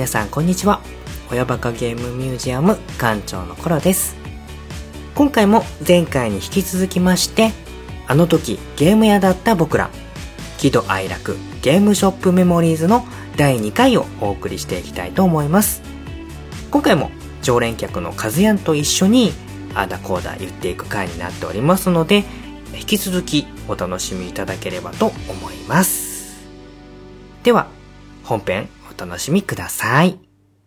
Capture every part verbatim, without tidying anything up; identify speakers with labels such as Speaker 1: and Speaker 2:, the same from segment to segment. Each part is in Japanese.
Speaker 1: 皆さんこんにちは。親バカゲームミュージアム館長のコロです。今回も前回に引き続きまして、あの時ゲーム屋だった僕ら、喜怒哀楽ゲームショップメモリーズのだいにかいをお送りしていきたいと思います。今回も常連客のカズヤンと一緒にあだこうだ言っていく回になっておりますので、引き続きお楽しみいただければと思います。では本編お楽しみください。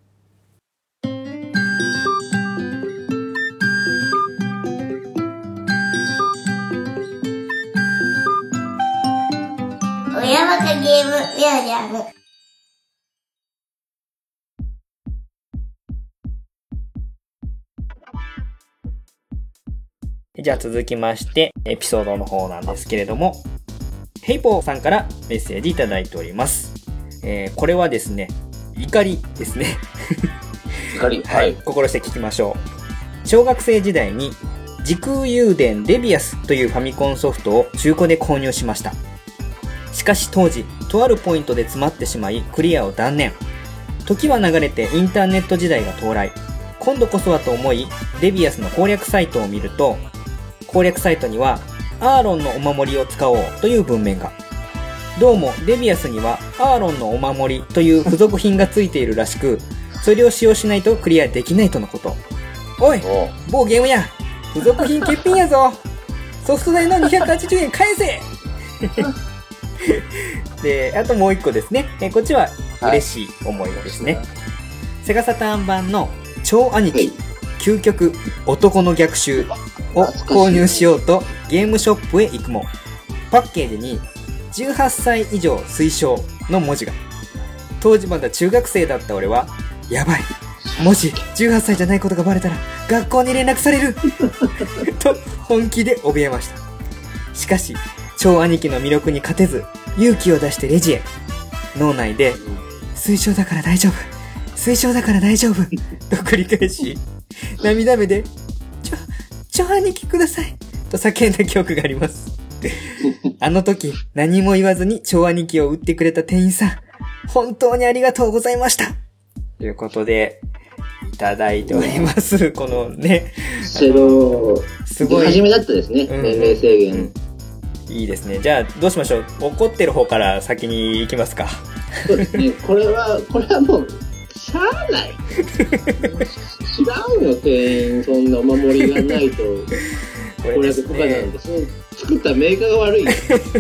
Speaker 2: 親バカゲームミュージアム。
Speaker 1: じゃあ続きましてエピソードの方なんですけれども、ヘイポーさんからメッセージいただいております。えー、これはですね、怒りですね。
Speaker 3: 怒り、
Speaker 1: はい、心して聞きましょう。小学生時代に時空幽殿レビアスというファミコンソフトを中古で購入しました。しかし当時、とあるポイントで詰まってしまいクリアを断念。時は流れてインターネット時代が到来。今度こそはと思い、レビアスの攻略サイトを見ると、攻略サイトにはアーロンのお守りを使おうという文面が。どうもレビアスにはアーロンのお守りという付属品がついているらしく、それを使用しないとクリアできないとのこと。おい、某ゲームや、付属品欠品やぞ。ソフト代のにひゃくはちじゅうえん返せ。で、あともう一個ですね。えこっちは嬉しい思いですね。はい、セガサターン版の超兄貴、はい、究極男の逆襲を購入しようとゲームショップへ行くも、パッケージにじゅうはっさい以上推奨の文字が。当時まだ中学生だった俺は、やばい、もしじゅうはっさいじゃないことがバレたら学校に連絡されると本気で怯えました。しかし超兄貴の魅力に勝てず、勇気を出してレジへ。脳内で推奨だから大丈夫、推奨だから大丈夫と繰り返し、涙目でちょ超兄貴くださいと叫んだ記憶があります。あの時何も言わずに超兄貴を売ってくれた店員さん、本当にありがとうございましたということでいただいております。このね、
Speaker 3: そのすごい初めだったですね、うん、年齢制限、うん、
Speaker 1: いいですね。じゃあどうしましょう。怒ってる方から先に行きますか。
Speaker 3: そうですね、これはこれはもうしゃあない。知らんよ、店員。そんなお守りがないと攻略不可なんで、その作ったメーカーが悪い。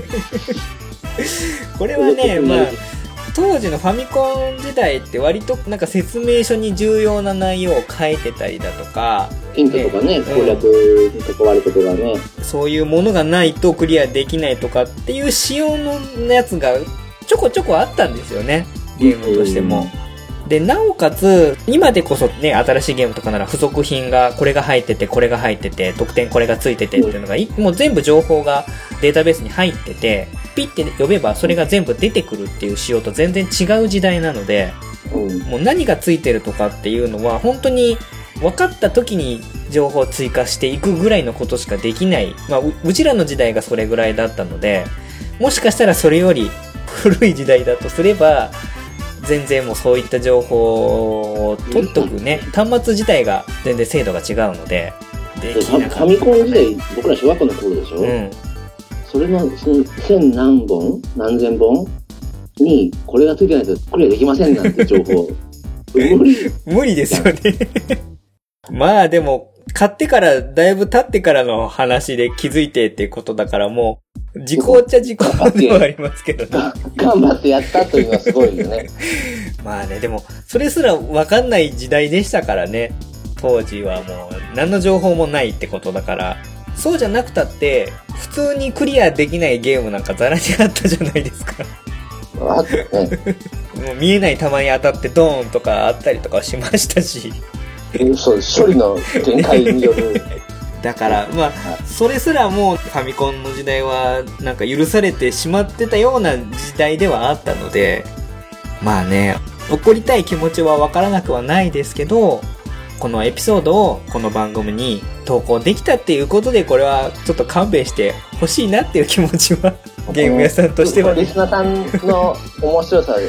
Speaker 1: これはね、まあ当時のファミコン時代って割となんか説明書に重要な内容を書いてたりだとか、
Speaker 3: ヒントとかね、攻略に関わることがね、
Speaker 1: そういうものがないとクリアできないとかっていう仕様のやつがちょこちょこあったんですよね、ゲームとしても。で、なおかつ今でこそね、新しいゲームとかなら付属品がこれが入っててこれが入ってて特典これがついててっていうのが、もう全部情報がデータベースに入ってて、ピッて呼べばそれが全部出てくるっていう仕様と全然違う時代なので、もう何がついてるとかっていうのは本当に分かった時に情報を追加していくぐらいのことしかできない、まあ う, うちらの時代がそれぐらいだったので、もしかしたらそれより古い時代だとすれば全然もうそういった情報を取っとくね、端末自体が全然精度が違うのでできなかった。
Speaker 3: ファミコン時代、僕ら小学校の頃でしょ、うん、それのその千何本何千本にこれがついてないとクリアできませんなんて情報無理
Speaker 1: 無理ですよね。まあでも買ってからだいぶ経ってからの話で気づいてってことだから、もう時効っちゃ時効ではありますけどね。
Speaker 3: 頑張ってやったというのはすごいよね。
Speaker 1: まあね、でもそれすら分かんない時代でしたからね。当時はもう何の情報もないってことだから。そうじゃなくたって普通にクリアできないゲームなんかザラにあったじゃないですか。
Speaker 3: あったね。
Speaker 1: もう見えない球に当たってドーンとかあったりとかしましたし。
Speaker 3: そう、処理の限界による。
Speaker 1: だからまあそれすらもうファミコンの時代はなんか許されてしまってたような時代ではあったので、まあね、怒りたい気持ちはわからなくはないですけど、このエピソードをこの番組に投稿できたっていうことで、これはちょっと勘弁してほしいなっていう気持ちはゲーム屋さんとしては、
Speaker 3: リスナーさんの面白さ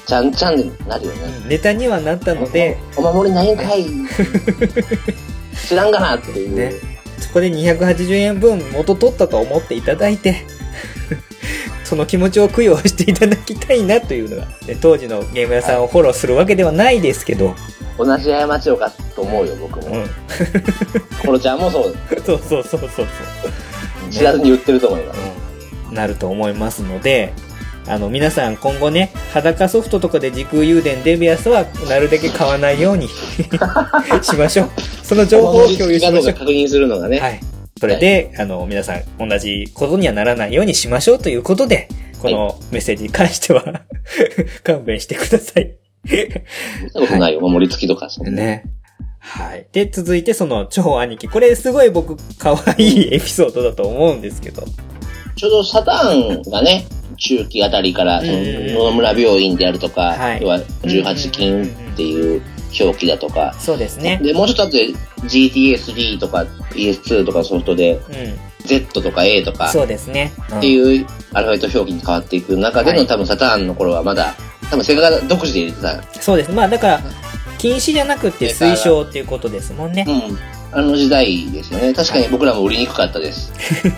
Speaker 3: ちゃんちゃんでなるよね。
Speaker 1: ネタにはなったので。
Speaker 3: お守りないんかい。知らんかなっていう。ね。
Speaker 1: そこでにひゃくはちじゅうえんぶん元取ったと思っていただいて、その気持ちを供養していただきたいなというのが、ね、当時のゲーム屋さんをフォローするわけではないですけど。
Speaker 3: 同じ過ちをかと思うよ、僕も。うん。コロちゃんもそう。
Speaker 1: そうそうそうそうそう。
Speaker 3: 知らずに言ってると思います。
Speaker 1: うん。なると思いますので、あの、皆さん今後ね、裸ソフトとかで時空幽伝デビアスはなるだけ買わないようにしましょう。その情報を共有しましょう。
Speaker 3: 確認するのがね。
Speaker 1: はい。それで、はい、あの、皆さん同じことにはならないようにしましょうということで、このメッセージに関しては勘弁してください。
Speaker 3: そんなことないよ、はい、守り付きとか
Speaker 1: ね。ね。はい。で、続いてその超兄貴。これすごい僕可愛いエピソードだと思うんですけど。
Speaker 3: ちょうどサターンがね、中期あたりから、その野々村病院であるとか、はい、要はじゅうはち金っていう表記だとか、
Speaker 1: そうですね。
Speaker 3: で、もうちょっと後で ジーティーエースリー とか ピーエスツー とかソフトで、うん、Z とか A とか、
Speaker 1: そうですね。
Speaker 3: うん、っていうアルファベット表記に変わっていく中での、はい、多分サターンの頃はまだ、多分セガが独自で入れてた。
Speaker 1: そうです。まあだから、禁止じゃなくて推奨っていうことですもんね。
Speaker 3: うん。あの時代ですよね。確かに僕らも売りにくかったです。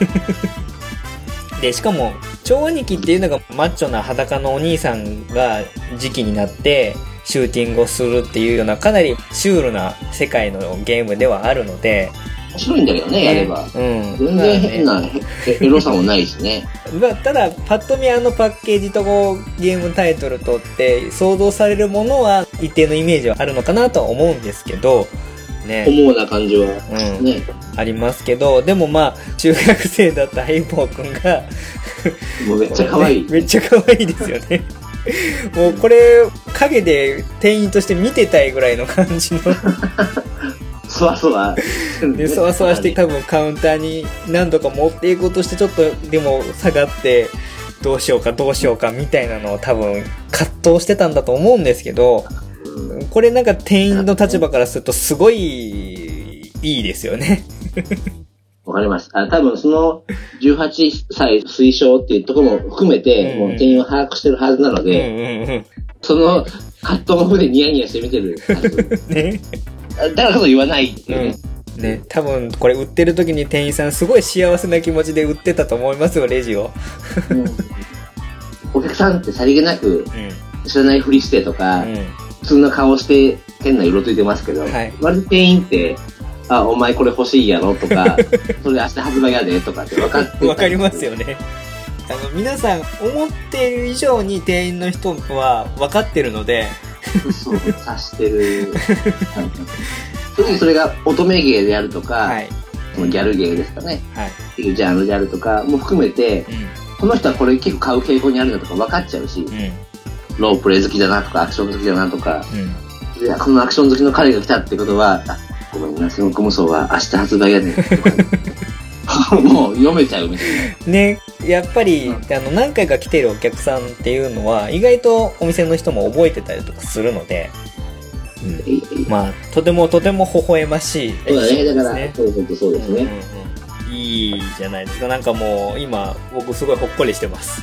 Speaker 1: で、しかも、超兄貴っていうのがマッチョな裸のお兄さんが時期になってシューティングをするっていうようなかなりシュールな世界のゲームではあるので。
Speaker 3: 面白いんだけどね、やれば。うん。全然変なエロさもないしね。
Speaker 1: まあ、ただ、パッと見あのパッケージとこうゲームタイトルとって想像されるものは一定のイメージはあるのかなとは思うんですけど、ね。
Speaker 3: 思うな感じは、
Speaker 1: うん、ね。ありますけど、でもまあ、中学生だったヘイボー君が
Speaker 3: もうめっちゃ可愛い。
Speaker 1: めっちゃ可愛いですよね。もうこれ、影で店員として見てたいぐらいの感じの。
Speaker 3: そわそわ。
Speaker 1: で、そわそわして多分カウンターに何度か持っていこうとしてちょっとでも下がって、どうしようかどうしようかみたいなのを多分葛藤してたんだと思うんですけど、これなんか店員の立場からするとすごいいいですよね。
Speaker 3: わかります。あ、多分そのじゅうはっさい推奨っていうところも含めて、うんうん、もう店員を把握してるはずなので、うんうんうん、その葛藤の上でニヤニヤして見てるはず。ね。だからこそ言わないっていうね。
Speaker 1: うん、ね、多分これ売ってる時に店員さんすごい幸せな気持ちで売ってたと思いますよ、レジを。
Speaker 3: うん、お客さんってさりげなく知らないふりしてとか、うん、普通の顔して変な色ついてますけど、はい、割と店員ってあ、お前これ欲しいやろとか、それ明日発売やでとかって分かって。
Speaker 1: 分かりますよね。あの、皆さん思っている以上に店員の人は分かってるので。
Speaker 3: そう、察してる。特にそれが乙女芸であるとか、はい、そのギャル芸ですかね。はい。っていうジャンルであるとかも含めて、うん、この人はこれ結構買う傾向にあるんだとか分かっちゃうし、うん、ロープレイ好きだなとか、アクション好きだなとか、うん、いや、このアクション好きの彼が来たってことは、ごめんな、戦国無双は明日発売やねんとかもう読めちゃうみたいな
Speaker 1: ね。やっぱり、うん、あの何回か来てるお客さんっていうのは意外とお店の人も覚えてたりとかするので、うん、まあとてもとても微笑ましい、
Speaker 3: ね、そうだね。だからそうそうそうですね、
Speaker 1: うんうんうん、いいじゃないですか。なんかもう今僕すごいほっこりしてます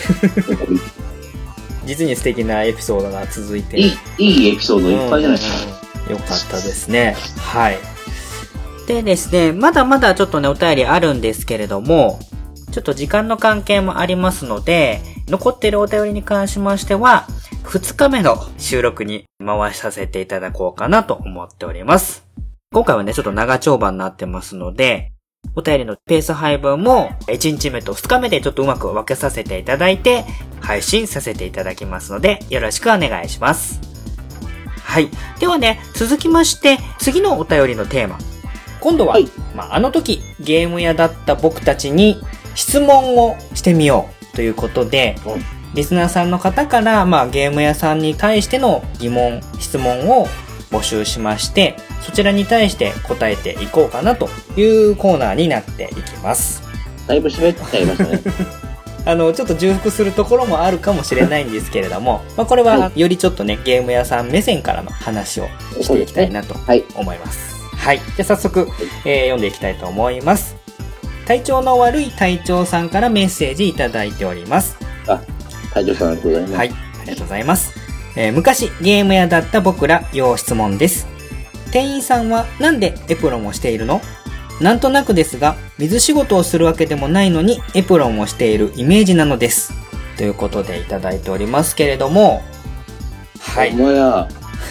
Speaker 1: 実に素敵なエピソードが続いて、
Speaker 3: いいいいエピソードいっぱいじゃないですか、うんうん
Speaker 1: うん、よかったですね。はい。でですね、まだまだちょっとね、お便りあるんですけれども、ちょっと時間の関係もありますので、残っているお便りに関しましては、ふつかめの収録に回させていただこうかなと思っております。今回はね、ちょっと長丁場になってますので、お便りのペース配分もいちにちめとふつかめでちょっとうまく分けさせていただいて、配信させていただきますので、よろしくお願いします。はい。ではね、続きまして、次のお便りのテーマ。今度は、はい、まあ、あの時ゲーム屋だった僕たちに質問をしてみようということで、うん、リスナーさんの方から、まあ、ゲーム屋さんに対しての疑問、質問を募集しまして、そちらに対して答えていこうかなというコーナーになっていきます。
Speaker 3: だいぶ締めちゃいましたね。
Speaker 1: あの、ちょっと重複するところもあるかもしれないんですけれども、まあ、これはよりちょっとね、ゲーム屋さん目線からの話をしていきたいなと思います。はい。じゃあ早速、えー、読んでいきたいと思います。体調の悪い隊長さんからメッセージいただいております。
Speaker 3: あ、隊長さんありがとうございます。
Speaker 1: はい。ありがとうございます。 えー、昔ゲーム屋だった僕ら要質問です。店員さんはなんでエプロンをしているの？なんとなくですが、水仕事をするわけでもないのにエプロンをしているイメージなのです。ということでいただいておりますけれども、はい。
Speaker 3: お前や。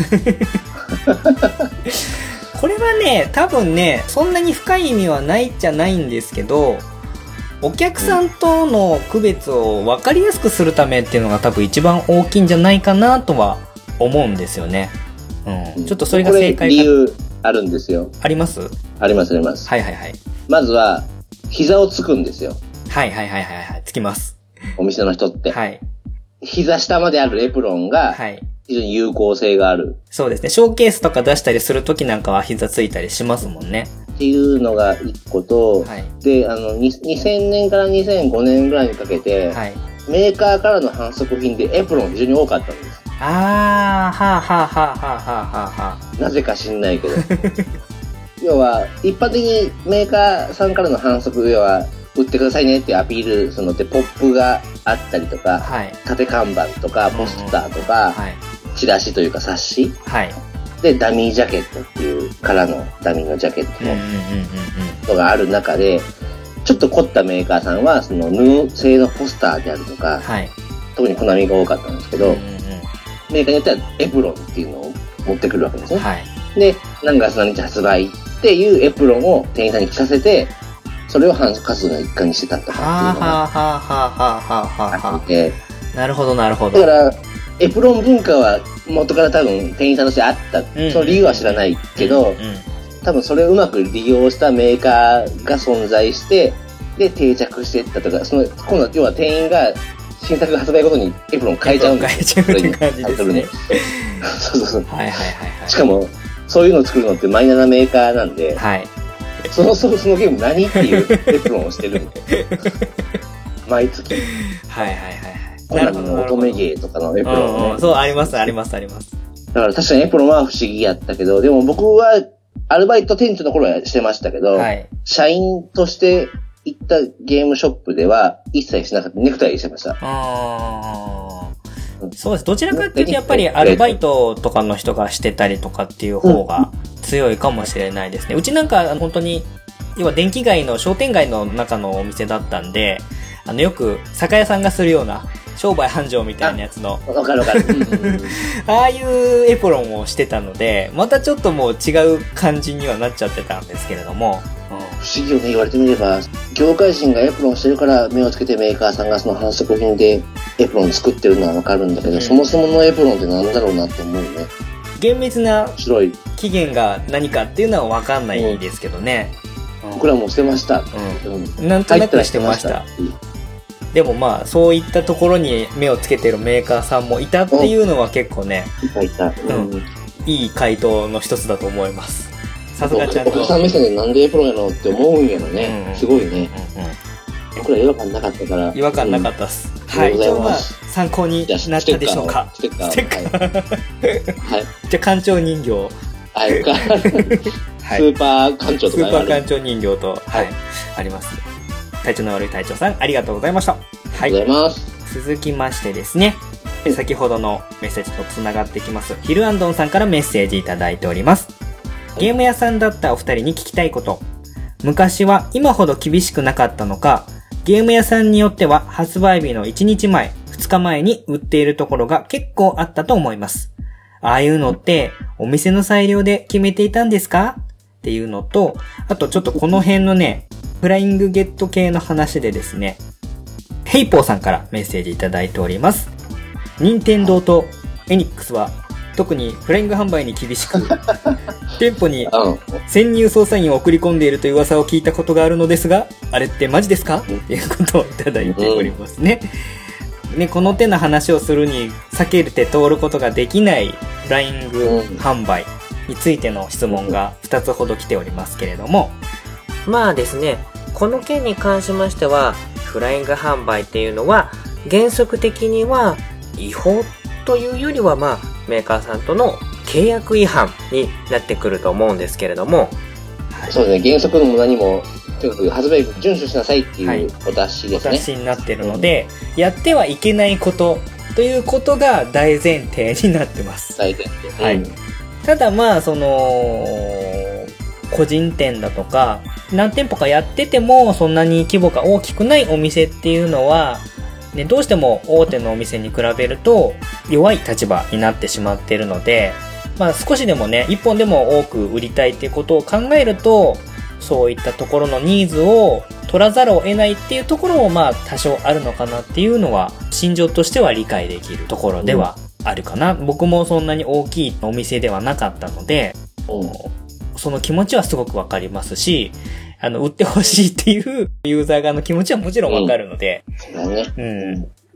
Speaker 1: これはね、多分ね、そんなに深い意味はないじゃないんですけど、お客さんとの区別を分かりやすくするためっていうのが多分一番大きいんじゃないかなとは思うんですよね。うん。ちょっとそれが正解か。
Speaker 3: 理由あるんですよ。
Speaker 1: あります？
Speaker 3: ありますあります。
Speaker 1: はいはいはい。
Speaker 3: まずは、膝をつくんですよ。
Speaker 1: はいはいはいはいはい。つきます。
Speaker 3: お店の人って。
Speaker 1: はい。
Speaker 3: 膝下まであるエプロンが、はい。非常に有効性がある。
Speaker 1: そうですね。ショーケースとか出したりするときなんかは膝ついたりしますもんね。
Speaker 3: っていうのが一個と、はい、で、あの、にせんねんからにせんごねんぐらいにかけて、はい、メーカーからの販促品でエプロン非常に多かったんです。
Speaker 1: あー、はぁはぁはぁはぁはぁはぁ。
Speaker 3: なぜか知んないけど。要は、一般的にメーカーさんからの販促、要は、売ってくださいねっていうアピール、そので、ポップがあったりとか、はい、縦看板とか、ポスターとか、うんうんはい、チラシというか冊子、はい、で、ダミージャケットっていうからのダミーのジャケットののがある中で、ちょっと凝ったメーカーさんは、その布製のポスターであるとか、はい、特にコナミが多かったんですけど、うんうんうん、メーカーによってはエプロンっていうのを持ってくるわけですね。はい、で、何月何日発売っていうエプロンを店員さんに聞かせて、それを販促活動の一環にしてたとかっていうのがあって、
Speaker 1: なるほどなるほど。
Speaker 3: だから、エプロン文化は元から多分店員さんとしてあった。うん、その理由は知らないけど、うんうん、多分それをうまく利用したメーカーが存在して、で、定着していったとか、その、今度は要は店員が新作発売ごとにエプロン変えちゃうんですよ。
Speaker 1: 変えちゃうって感じですね。
Speaker 3: そうそうそう。
Speaker 1: はいはいはいはい。
Speaker 3: しかも、そういうのを作るのってマイナーなメーカーなんで、はい。その、その、そのゲーム何っていうエプロンをしてるんで。毎月。はいはいはい。コナミの乙女芸とかのエプロンね、
Speaker 1: うんうん。そう、ありますありますあります。
Speaker 3: だから確かにエプロンは不思議やったけど、でも僕はアルバイト店長の頃はしてましたけど、はい、社員として行ったゲームショップでは一切しなかった。ネクタイしてました。
Speaker 1: あうん、そうです。どちらかっていうとやっぱりアルバイトとかの人がしてたりとかっていう方が強いかもしれないですね。うちなんか本当に、要は電気街の商店街の中のお店だったんで、あのよく酒屋さんがするような商売繁盛みたいなやつの
Speaker 3: わかるわかる
Speaker 1: ああいうエプロンをしてたので、またちょっともう違う感じにはなっちゃってたんですけれども、
Speaker 3: うん、不思議よね。言われてみれば業界人がエプロンしてるから目をつけてメーカーさんがその販促品でエプロン作ってるのはわかるんだけど、うん、そもそものエプロンってなんだろうなって思うよね。
Speaker 1: 厳密な期限が何かっていうのはわかんないですけどね、
Speaker 3: うんうん、僕らもしてました、
Speaker 1: うん、なんとなくしてました。でもまあそういったところに目をつけてるメーカーさんもいたっていうのは結構ね、
Speaker 3: いたいた、うん、
Speaker 1: いい回答の一つだと思います。さすがちゃんと
Speaker 3: お客さん目線でなんでエプロンやろうって思うんやろね、うんうん、すごいね、うんうん、僕ら違和感なかったから
Speaker 1: 違和感なかったっす、うん、はい。じゃあまあ参考になったでしょうか。
Speaker 3: ステッカーステッカーはい、
Speaker 1: じゃあ館長人形
Speaker 3: はい、スーパー館長とか
Speaker 1: スーパー館長人形と、はい、はい、あります。体調の悪い隊長さんありがとうございました。はい、
Speaker 3: ありがとうございます。
Speaker 1: 続きましてですね、先ほどのメッセージとつながってきますヒルアンドンさんからメッセージいただいております。ゲーム屋さんだったお二人に聞きたいこと。昔は今ほど厳しくなかったのか、ゲーム屋さんによっては発売日のいちにちまえ、ふつかまえに売っているところが結構あったと思います。ああいうのってお店の裁量で決めていたんですかっていうのと、あとちょっとこの辺のね、フライングゲット系の話でですね、ヘイポーさんからメッセージいただいております。任天堂とエニックスは特にフライング販売に厳しく、店舗に潜入捜査員を送り込んでいるという噂を聞いたことがあるのですが、あれってマジですかっていうことをいただいておりますね。ね、この手の話をするに避けて通ることができないフライング販売についての質問がふたつほど来ておりますけれども、まあですね、この件に関しましては、フライング販売っていうのは原則的には違法というよりはまあメーカーさんとの契約違反になってくると思うんですけれども、
Speaker 3: はい、そうですね、原則のも何もとにかく発売日遵守しなさいっていうお達しですね、
Speaker 1: はい、お達しになっているので、うん、やってはいけないことということが大前提になってます。
Speaker 3: 大前提。
Speaker 1: はい。ただまあ、その、個人店だとか、何店舗かやってても、そんなに規模が大きくないお店っていうのは、ね、どうしても大手のお店に比べると、弱い立場になってしまっているので、まあ少しでもね、一本でも多く売りたいっていうことを考えると、そういったところのニーズを取らざるを得ないっていうところもまあ多少あるのかなっていうのは、心情としては理解できるところではあるかな。うん、僕もそんなに大きいお店ではなかったので、うん、その気持ちはすごくわかりますし、あの、売ってほしいっていうユーザー側の気持ちはもちろんわかるので、
Speaker 3: うん、そうだね。
Speaker 1: うん。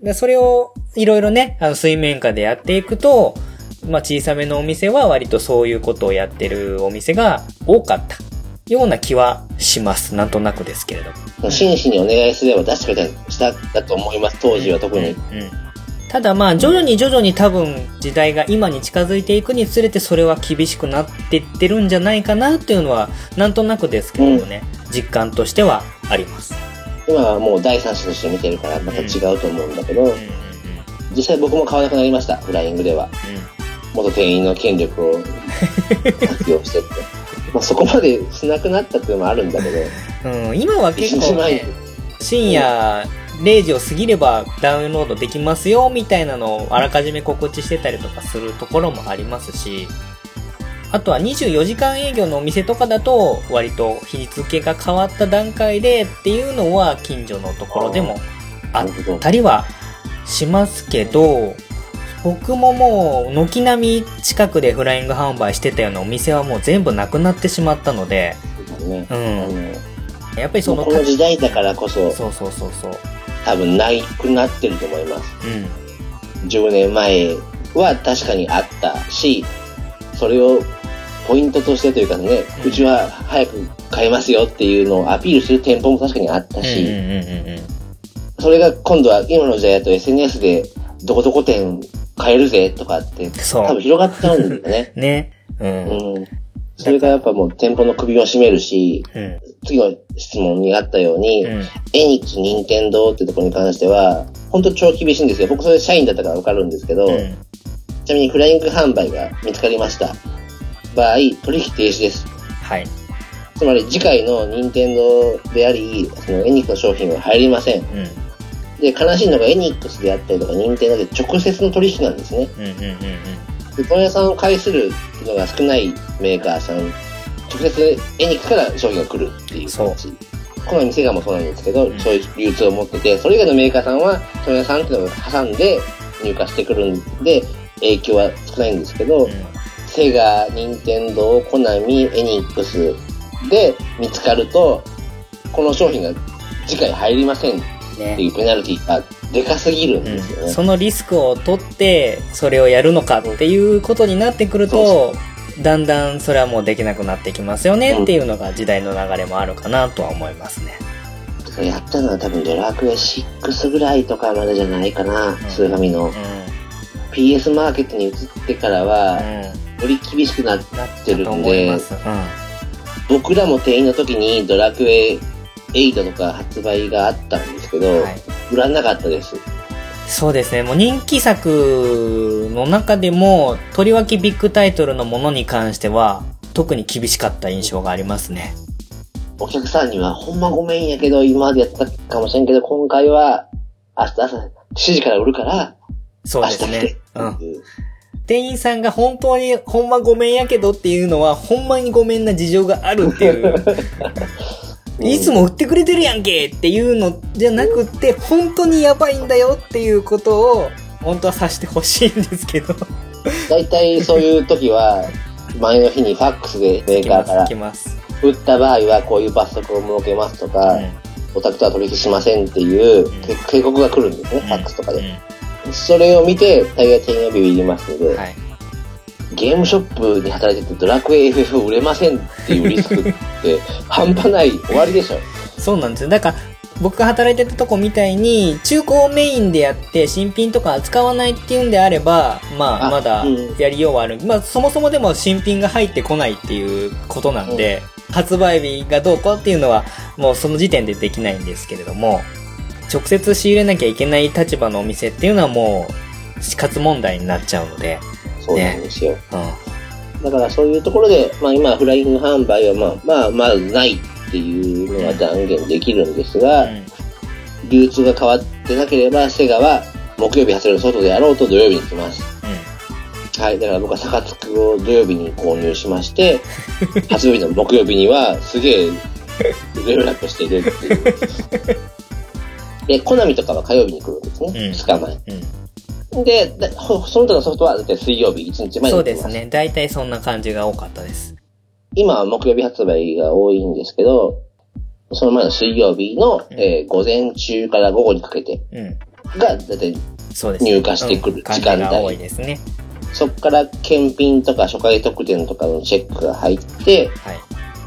Speaker 1: でそれをいろいろね、あの水面下でやっていくと、まあ小さめのお店は割とそういうことをやってるお店が多かったような気はします。なんとなくですけれど。
Speaker 3: 真摯にお願いすれば出してくれたしただと思います。当時は特に。
Speaker 1: うんうん、ただまあ徐々に徐々に多分時代が今に近づいていくにつれてそれは厳しくなっていってるんじゃないかなっていうのはなんとなくですけどもね、うん、実感としてはあります。
Speaker 3: 今はもう第三者として見てるからまた違うと思うんだけど、うんうんうん、実際僕も買わなくなりました。フライングでは。うん元店員の権力を活用してってまあそこまでしなくなったっていうのもあるんだけど、
Speaker 1: うん、今は結構、ね、深夜れいじを過ぎればダウンロードできますよみたいなのをあらかじめ告知してたりとかするところもありますし、あとはにじゅうよじかん営業のお店とかだと割と日付が変わった段階でっていうのは近所のところでもあったりはしますけど、僕ももう軒並み近くでフライング販売してたようなお店はもう全部なくなってしまったので、ね、うん、やっぱりその
Speaker 3: この時代だからこそ、
Speaker 1: そうそうそうそう、
Speaker 3: 多分なくなってると思います。うん、じゅうねんまえは確かにあったし、それをポイントとしてというかね、うん、うちは早く買えますよっていうのをアピールする店舗も確かにあったし、うんうんうんうん、それが今度は今の時代だと エスエヌエス でどこどこ店買えるぜとかって多分広がっちゃうんだよね。
Speaker 1: ね。うん。
Speaker 3: うん。それがやっぱもう店舗の首を絞めるし、うん、次の質問にあったように、うん、エニックス、ニンテンドーってところに関しては、本当超厳しいんですよ。僕それ社員だったからわかるんですけど、うん、ちなみにフライング販売が見つかりました場合、取引停止です。
Speaker 1: はい。
Speaker 3: つまり次回のニンテンドーであり、そのエニックスの商品は入りません。うん、で、悲しいのがエニックスであったりとか、ニンテンドーで直接の取引なんですね。うんうんうんうん。で、問屋さんを介するのが少ないメーカーさん、直接エニックスから商品が来るっていう形。この店がもそうなんですけど、うん、そういう流通を持ってて、それ以外のメーカーさんは、問屋さんっていうのを挟んで入荷してくるんで、影響は少ないんですけど、うん、セガ、ニンテンドー、コナミ、エニックスで見つかると、この商品が次回入りませんっていうペナルティがでかすぎるんですよね、うん、
Speaker 1: そのリスクを取ってそれをやるのかっていうことになってくると、そうそう、だんだんそれはもうできなくなってきますよねっていうのが時代の流れもあるかなとは思いますね。
Speaker 3: それやったのは多分ドラクエろくぐらいとかまでじゃないかな、うん、スーファミの、うん、ピーエス マーケットに移ってからは、より厳しくなってるんで、うん、僕らも店員の時にドラクエエイトとか発売があったんですけど、はい、売らなかったです。
Speaker 1: そうですね。もう人気作の中でも、とりわけビッグタイトルのものに関しては、特に厳しかった印象がありますね。
Speaker 3: お客さんには、ほんまごめんやけど、今までやったかもしれんけど、今回は、明日朝しちじから売るから、
Speaker 1: そうですね。うん。店員さんが本当に、ほんまごめんやけどっていうのは、ほんまにごめんな事情があるっていう。いつも売ってくれてるやんけっていうのじゃなくて、本当にやばいんだよっていうことを、本当は指してほしいんですけど。
Speaker 3: だいたいそういう時は、前の日にファックスでメーカーから、売った場合はこういう罰則を設けますとか、うん、お宅とは取引しませんっていう、うん、警告が来るんですね、うん、ファックスとかで。うん、それを見て、大概店員はビビりますので、はい、ゲームショップに働いててドラクエ エフエフ 売れませんっていうリスクって半端ない、終わりでしょ。
Speaker 1: そうなんですよ。だから僕が働いてたとこみたいに中古をメインでやって新品とか扱わないっていうんであれば、まあ、あまだやりようはある、うん、まあそもそもでも新品が入ってこないっていうことなんで、うん、発売日がどうこうっていうのはもうその時点でできないんですけれども、直接仕入れなきゃいけない立場のお店っていうのはもう死活問題になっちゃうので。
Speaker 3: そうなんですよ。
Speaker 1: ね、
Speaker 3: うん。だからそういうところで、まあ今フライング販売はまあまあまずないっていうのは断言できるんですが、うん、流通が変わってなければセガは木曜日発売の外であろうと土曜日に来ます。うん、はい。だから僕はサカツクを土曜日に購入しまして、発売日の木曜日にはすげえレベルアップしてるっていう。で、コナミとかは火曜日に来るんですね。うん、ふつかまえ。うん、で、その他のソフトはだいたい水曜日いちにちまえに来ます。
Speaker 1: そうですね。だいたいそんな感じが多かったです。
Speaker 3: 今は木曜日発売が多いんですけど、その前の水曜日の、うんえー、午前中から午後にかけてがだいたい入荷してくる時間帯。
Speaker 1: が多いですね。
Speaker 3: そこから検品とか初回特典とかのチェックが入って、はい、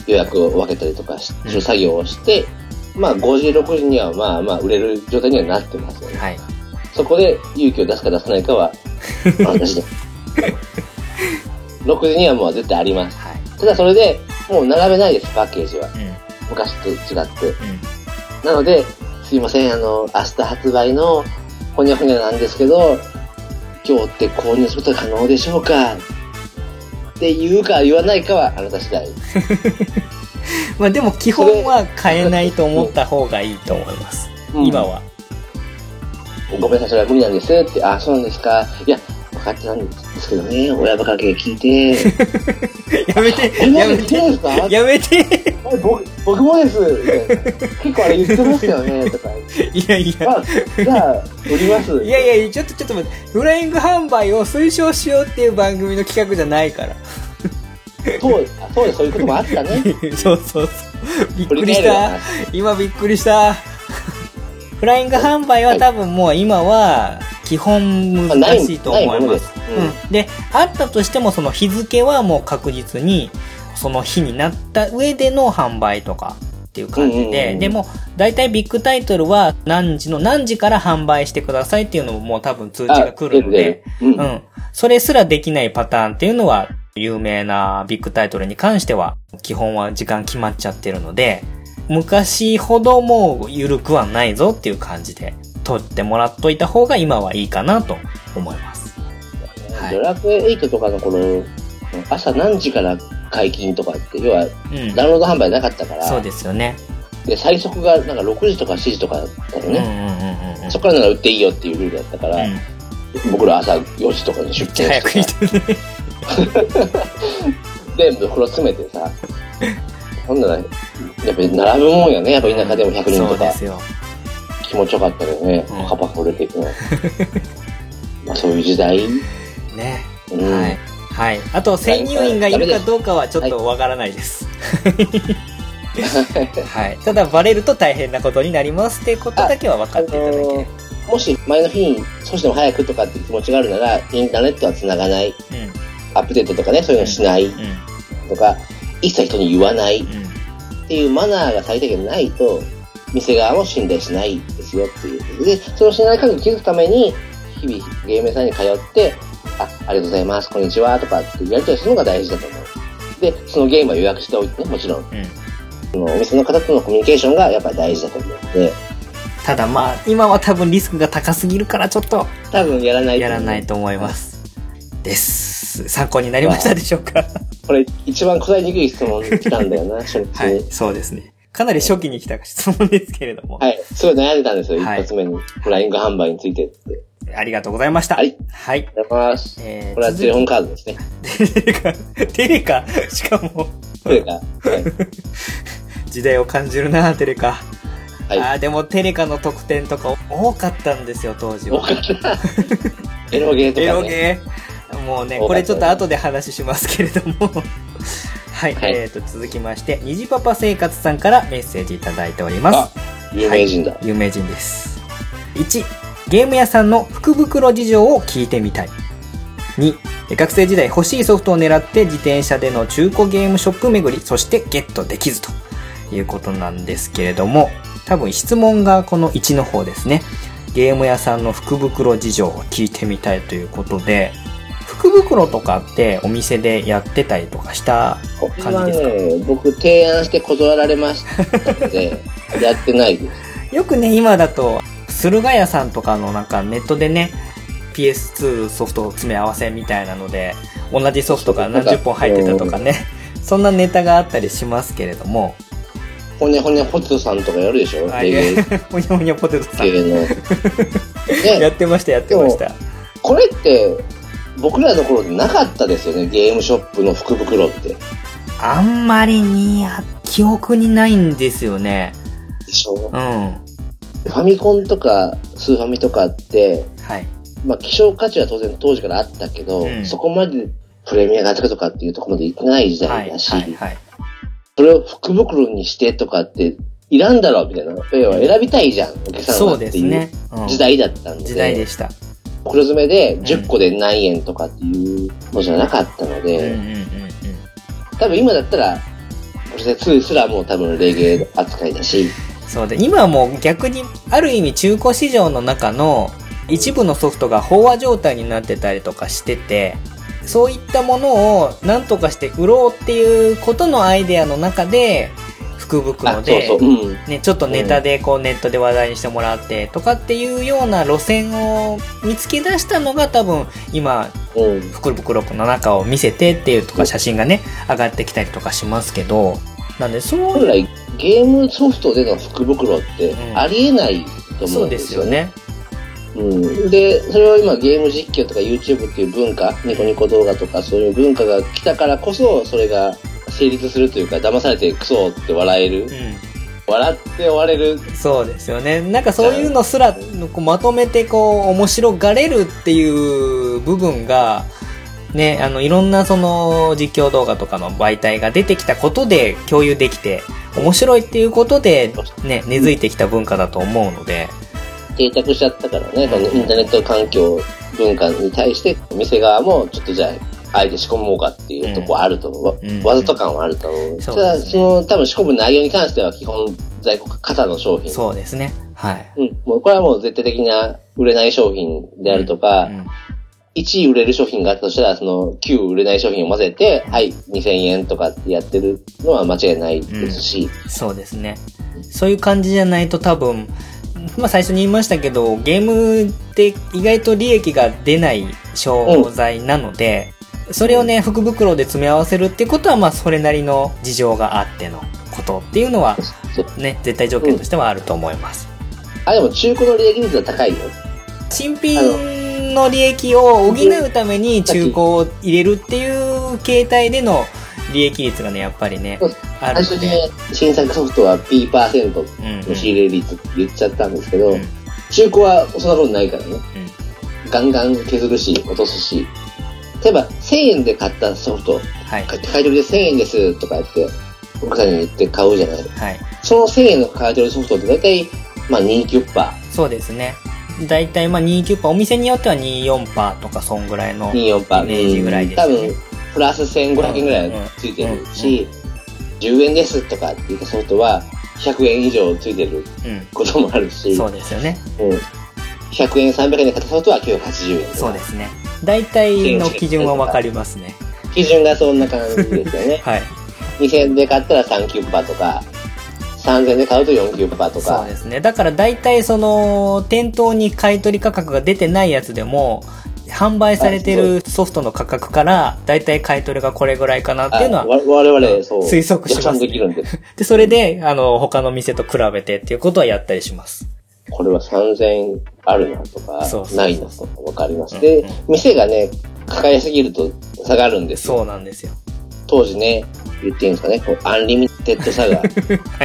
Speaker 3: 予約を分けたりとかする作業をして、うん、まあごじ、ろくじにはまあまあ売れる状態にはなってますよね。はい、そこで勇気を出すか出さないかは私で。ろくじにはもう絶対あります。はい、ただそれでもう並べないです、パッケージは。うん、昔と違って。うん、なので、すいません、あの、明日発売のほにゃほにゃなんですけど、今日って購入すること可能でしょうかって言うか言わないかはあなた次第。
Speaker 1: まあでも基本は買えないと思った方がいいと思います。うん、今は。
Speaker 3: ごめんなさい、それは無理なんですって。あ、そうなんですか。いや、分かってたんですけどね、親バカ系聞いて。
Speaker 1: やめて、やめて、やめて。
Speaker 3: 僕, 僕もです。結構あれ言ってますよね、とか。
Speaker 1: いやいや。
Speaker 3: あ、じゃあ、売ります。
Speaker 1: いやいや、ちょっとちょっと待って。フライング販売を推奨しようっていう番組の企画じゃないから。
Speaker 3: そう、そうです、そういうこともあったね。
Speaker 1: そうそうそう。びっくりした。今びっくりした。フライング販売は多分もう今は基本難しいと思います。うん。で、あったとしてもその日付はもう確実にその日になった上での販売とかっていう感じで、でも大体ビッグタイトルは何時の何時から販売してくださいっていうのももう多分通知が来るので、うん。それすらできないパターンっていうのは有名なビッグタイトルに関しては基本は時間決まっちゃってるので、昔ほどもう緩くはないぞっていう感じで撮ってもらっといた方が今はいいかなと思います。
Speaker 3: はい、ドラクエエイトとかの頃、朝何時から解禁とかって、要はダウンロード販売なかったから、うん、
Speaker 1: そうですよね。
Speaker 3: で、最速がなんかろくじとかしちじとかだったよね。うんうんうんうん、そこからなら売っていいよっていうルールだったから、うん、僕ら朝よじとかに出勤してた。全部風呂詰めてさ、ほんなら、やっぱり並ぶもんやね。やっぱ田舎でもひゃくにんとか。そうですよ。気持ちよかったよね。パカパカ売れていくの。まあそういう時代。
Speaker 1: ね。うん、はい。はい。あと、先入員がいるかどうかはちょっとわからないです。はい。ただ、バレると大変なことになりますってことだけは分かっていただければ。あのー、
Speaker 3: もし前の日に少しでも早くとかっていう気持ちがあるなら、インターネットは繋がない。うん、アップデートとかね、そういうのしない。うん、とか、一切人に言わない。うんっていうマナーが最低限ないと、店側も信頼しないですよっていう。で、その信頼関係を築くために、日々ゲーム屋さんに通って、あ、ありがとうございます、こんにちは、とかってやり取りするのが大事だと思う。で、そのゲームは予約しておいてね、もちろん。うん、そのお店の方とのコミュニケーションがやっぱり大事だと思うので。
Speaker 1: ただまあ、今は多分リスクが高すぎるからちょっと。
Speaker 3: 多分やらないと。
Speaker 1: やらないと思います。です。参考になりましたでしょうか。
Speaker 3: これ一番答えにくい質問来たんだよな、初日に。
Speaker 1: はい、そうですね。かなり初期に来た質問ですけれども。
Speaker 3: はい、すごい悩んでたんですよ、はい、一発目に。フライング販売についてって。
Speaker 1: ありがとうございました。
Speaker 3: はい。
Speaker 1: はい。
Speaker 3: ありがとうございます。えー、これはテレホンカードですね。
Speaker 1: テレカ、テレカ、しかも。
Speaker 3: テレカ。はい。
Speaker 1: 時代を感じるな、テレカ。はい。ああ、でもテレカの特典とか多かったんですよ、当時は。
Speaker 3: 多かった。エロゲーとか、ね。
Speaker 1: エロゲー。もうね、これちょっと後で話しますけれども。はい、はい。えーと、続きまして、虹パパ生活さんからメッセージいただいております。
Speaker 3: あ、有名人だ。
Speaker 1: はい、有名人です。いち、ゲーム屋さんの福袋事情を聞いてみたい。に、学生時代欲しいソフトを狙って自転車での中古ゲームショップ巡り、そしてゲットできずということなんですけれども、多分質問がこのいちの方ですね。ゲーム屋さんの福袋事情を聞いてみたいということで、福袋とかってお店でやってたりとかした感じですか？
Speaker 3: ね、僕提案して断られましたのでやってないです。
Speaker 1: よくね、今だと駿河屋さんとかのなんかネットでね、 ピーエスツー ソフト詰め合わせみたいなので、同じソフトが何十本入ってたとかね、そんなネタがあったりしますけれども。
Speaker 3: ほにゃほにゃポテトさんとかやるでしょ。
Speaker 1: はい、ほにゃほにゃポテトさん。のね、やってました、やってました。
Speaker 3: これって、僕らの頃でなかったですよね、ゲームショップの福袋って。
Speaker 1: あんまりに、記憶にないんですよね。
Speaker 3: でしょ。
Speaker 1: うん。
Speaker 3: ファミコンとかスーファミとかって、はい、まあ希少価値は当然当時からあったけど、うん、そこまでプレミアがつくとかっていうところまでいってない時代だし、はいはいはい、それを福袋にしてとかっていらんだろうみたいな、要は選びたいじゃん、お客さんはっていう時代だったんで、
Speaker 1: うん、時代でした。
Speaker 3: 袋詰めでじゅっこで何円とかっていうのじゃなかったので、うんうんうんうん、多分今だったらプレステツーすらもう多分レゲエ扱いだし、
Speaker 1: そうで、今はもう逆にある意味中古市場の中の一部のソフトが飽和状態になってたりとかしてて、そういったものを何とかして売ろうっていうことのアイデアの中で福袋で
Speaker 3: そうそう、うん、
Speaker 1: ね、ちょっとネタでこうネットで話題にしてもらってとかっていうような路線を見つけ出したのが多分今、うん、福袋の中を見せてっていうとか写真がね上がってきたりとかしますけど、なんでそう
Speaker 3: 本来ゲームソフトでの福袋ってありえないと思うんですよね。うん、そうですよね。うん。で、それを今ゲーム実況とか YouTube っていう文化、ニコニコ動画とかそういう文化が来たからこそ、それが成立するというか、騙されてクソって笑える。うん、笑って終われる。
Speaker 1: そうですよね。なんかそういうのすらこうまとめてこう面白がれるっていう部分が、ね、あのいろんなその実況動画とかの媒体が出てきたことで共有できて面白いっていうことでね根付いてきた文化だと思うので、
Speaker 3: 定着しちゃったからね、このインターネット環境文化に対して店側もちょっとじゃああえて仕込もうかっていうとこあると思う、うん、わざと感はあると思う、うん、ただその多分仕込む内容に関しては基本在庫型の商品、
Speaker 1: そうですね、はい、
Speaker 3: うん、もうこれはもう絶対的な売れない商品であるとか、うんうん、いちい売れる商品があったとしたら、そのきゅう売れない商品を混ぜて、はい、にせんえんとかってやってるのは間違いないですし、
Speaker 1: うん、そうですね。そういう感じじゃないと多分、まあ最初に言いましたけど、ゲームって意外と利益が出ない商材なので、うん、それをね、福袋で詰め合わせるっていうことは、まあそれなりの事情があってのことっていうのは、ね、絶対条件としてはあると思います。
Speaker 3: うん、あ、でも中古の利益率は高いよ。
Speaker 1: 新品の利益を補うために中古を入れるっていう形態での利益率がね、やっぱりね、あるので。
Speaker 3: 最初に新作ソフトは ピーパーセント の仕入れ率って言っちゃったんですけど、うんうん、中古はそんなことないからね、うん。ガンガン削るし、落とすし。例えばせんえんで買ったソフト、はい、買い取りでせんえんですとか言って、奥さんに言って買うじゃない。はい、そのせんえんの買い取りソフトって大体、まあ にじゅうきゅうパーセント。
Speaker 1: そうですね。だいたいまあにじゅうきゅうパーセント、お店によってはにじゅうよんパーセントとかそんぐらいのイメージぐらいですね。
Speaker 3: 多分プラスせんごひゃくえんぐらいついてるし、じゅうえんですとかって言ったソフトはひゃくえん以上ついてることもあるし、
Speaker 1: うん、そうですよね。
Speaker 3: うん、ひゃくえんさんびゃくえんで買ったソフトはきゅうひゃくはちじゅうえんとか。
Speaker 1: そうですね。だいたいの基準はわかりますね。
Speaker 3: 基準がそんな感じですよね。
Speaker 1: はい。
Speaker 3: にせんえんで買ったらさんじゅうきゅうパーセントとか。さんぜんえんで買うとよんじゅうきゅうパーセントとか。
Speaker 1: そうですね。だから大体その、店頭に買い取り価格が出てないやつでも、販売されてるソフトの価格から、大体買い取りがこれぐらいかなっていうのは、
Speaker 3: 我々、そう。
Speaker 1: 推測します、ね。
Speaker 3: できるんです。
Speaker 1: で、それで、あの、他の店と比べてっていうことはやったりします。
Speaker 3: これはさんぜんえんあるなとか、ないなとかわかります。で、うんうん、店がね、抱えすぎると下がるんですよ。
Speaker 1: そうなんですよ。
Speaker 3: 当時ね、言っていいんですかね、こうアンリミテッドサガ。はい。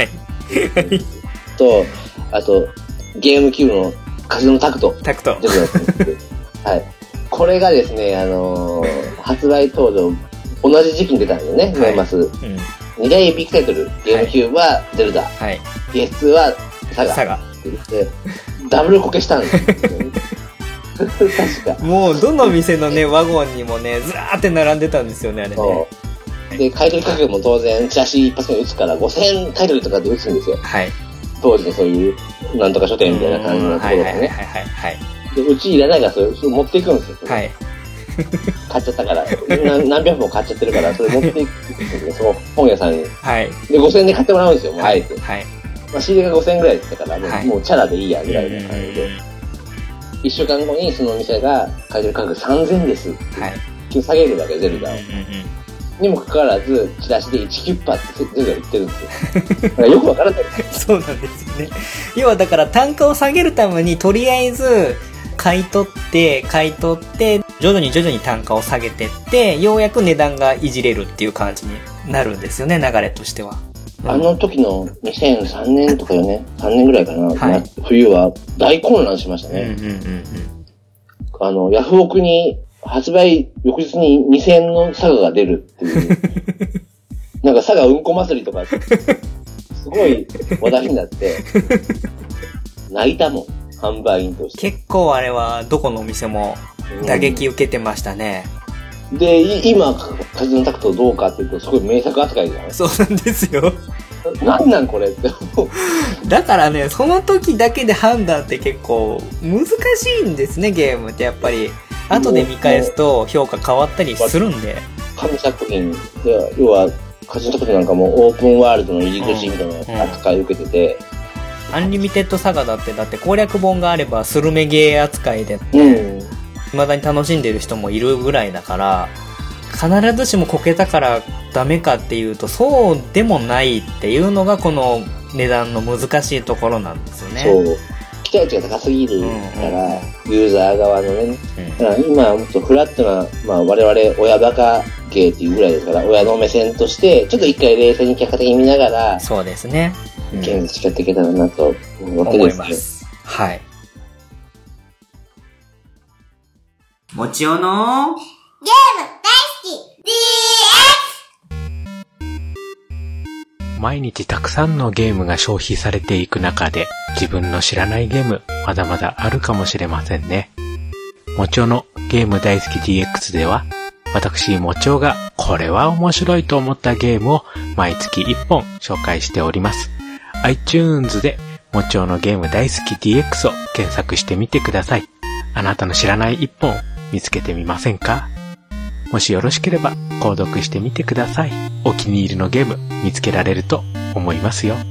Speaker 3: と、あと、ゲームキューブの風のタクト。
Speaker 1: タクト。
Speaker 3: はい。これがですね、あのー、発売当時、同じ時期に出たんだよね、はい、年末。うん、に大ビッグタイトル、ゲームキューブはゼルダ。はい。ピーエスツー はサガ。サガ。って言って、ダブルコケしたんですよ、ね。確か。
Speaker 1: もう、どの店のね、ワゴンにもね、ずらーって並んでたんですよね、あれね。
Speaker 3: で、買い取り価格も当然、チラシ一発目打つから、ごせんえん買い取りとかで打つんですよ。はい。当時のそういう、なんとか書店みたいな感じのところでね。はいはいはいはい、はい。で、うちいらないからそれ、それ持っていくんですよ。はい。買っちゃったから、何, 何百本買っちゃってるから、それ持っていくんですよ、その本屋さんに。はい。で、ごせんえんで買ってもらうんですよ、もうあえて。はい。まあ、仕入れがごせんえんぐらいだったから、もう、はい、もうチャラでいいや、ぐらいな感じで。 いっしゅうかんごにその店が買い取り価格さんぜんえんですって、はい、下げるわけ、ゼルダを。うんうんうん、にもかかわらず、チラシでいちキュッパってゼルダ売ってるんですよ。だからよくわからない。
Speaker 1: そうなんですよね。要はだから単価を下げるために、とりあえず、買い取って、買い取って、徐々に徐々に単価を下げてって、ようやく値段がいじれるっていう感じになるんですよね、流れとしては。うん、
Speaker 3: あの時のにせんさんねんとかよね、さんねんぐらいかな、はい、冬は大混乱しましたね。うんうんうんうん、あの、ヤフオクに発売翌日ににせんえんのサガが出るっていう。なんかサガうんこ祭りとか、すごい話題になって、泣いたもん。販売員として。
Speaker 1: 結構あれはどこのお店も打撃受けてましたね。
Speaker 3: うん、で、今、カジノタクトどうかっていうと、すごい名作扱いじゃない？
Speaker 1: そうなんですよ。
Speaker 3: なんなんこれって思う。
Speaker 1: だからね、その時だけで判断って結構難しいんですね、ゲームってやっぱり。後で見返すと評価変わったりするんで。
Speaker 3: 神作品で、要は、カジノタクトなんかもオープンワールドの入り口みたいな扱いを受けてて、うんうん、
Speaker 1: アンリミテッドサガだって、だって攻略本があればスルメゲー扱いで、ね、未だに楽しんでる人もいるぐらいだから、必ずしもこけたからダメかっていうと、そうでもないっていうのがこの値段の難しいところなんですよね。
Speaker 3: そう。期待値が高すぎるから、うんうん、ユーザー側のね。うん、だから今はもっとフラットな、まあ我々親バカ芸っていうぐらいですから、親の目線として、ちょっと一回冷静に客観的に見ながら、
Speaker 1: そうですね。
Speaker 3: 現実やっていけたらなと思うわけですね。思います。
Speaker 1: はい。もちおのゲーム大好
Speaker 2: き ディーエックス。
Speaker 4: 毎日たくさんのゲームが消費されていく中で、自分の知らないゲームまだまだあるかもしれませんね。もちおのゲーム大好き ディーエックス では、私もちおがこれは面白いと思ったゲームを毎月いっぽん紹介しております。iTunes でもちおのゲーム大好き ディーエックス を検索してみてください。あなたの知らない一本見つけてみませんか？もしよろしければ購読してみてください。お気に入りのゲーム見つけられると思いますよ。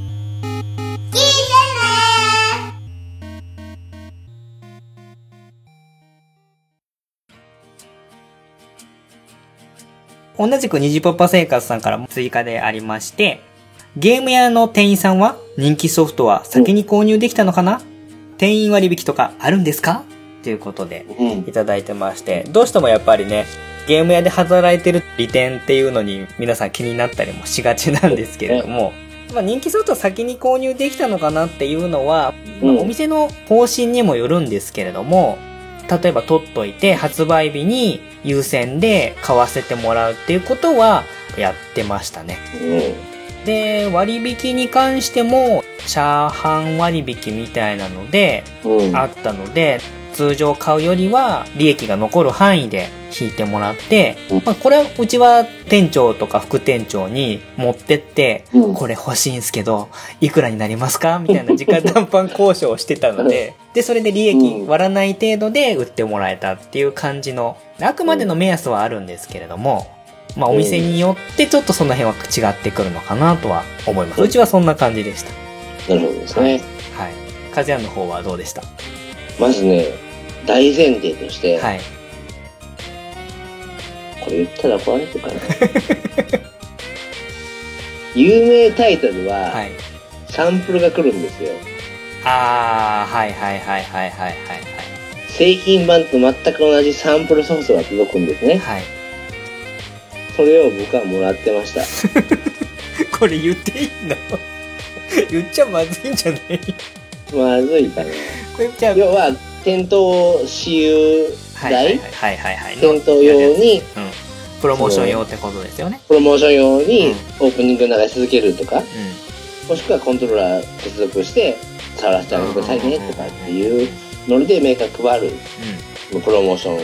Speaker 1: 同じく虹パパ生活さんからも追加でありまして、ゲーム屋の店員さんは人気ソフトは先に購入できたのかな？店員割引とかあるんですか？ということでいただいてまして、どうしてもやっぱりね、ゲーム屋で働いてる利点っていうのに皆さん気になったりもしがちなんですけれども、まあ、人気ソフト先に購入できたのかなっていうのは、まあ、お店の方針にもよるんですけれども、例えば取っといて発売日に優先で買わせてもらうっていうことはやってましたね。うん、で、割引に関してもチャーハン割引みたいなので、うん、あったので、通常買うよりは利益が残る範囲で引いてもらって、まあ、これはうちは店長とか副店長に持ってって、うん、これ欲しいんすけどいくらになりますかみたいな直談判交渉をしてたので、でそれで利益割らない程度で売ってもらえたっていう感じの、あくまでの目安はあるんですけれども、まあお店によってちょっとその辺は違ってくるのかなとは思います。うちはそんな感じでした。
Speaker 3: なるほどですね。
Speaker 1: はい。カズヤンの方はどうでした？
Speaker 3: まずね、大前提として、はい、これ言ったら怒られるかな。有名タイトルは、はい、サンプルが来るんですよ。
Speaker 1: あー、はいはいはいはいはいはい。
Speaker 3: 製品版と全く同じサンプルソフトが届くんですね。はい。それを僕はもらってました。
Speaker 1: これ言っていいの？言っちゃまずいんじゃない？
Speaker 3: まずいかな。
Speaker 1: これじゃあ
Speaker 3: 要は店頭私有台、
Speaker 1: はいはいはい、
Speaker 3: 店頭用に、うん、
Speaker 1: プロモーション用ってことですよね。
Speaker 3: プロモーション用にオープニング流し続けるとか、うん、もしくはコントローラー接続して触らせてあげてくださいねとかっていうノリでメーカー配る、うん、プロモーション、うん、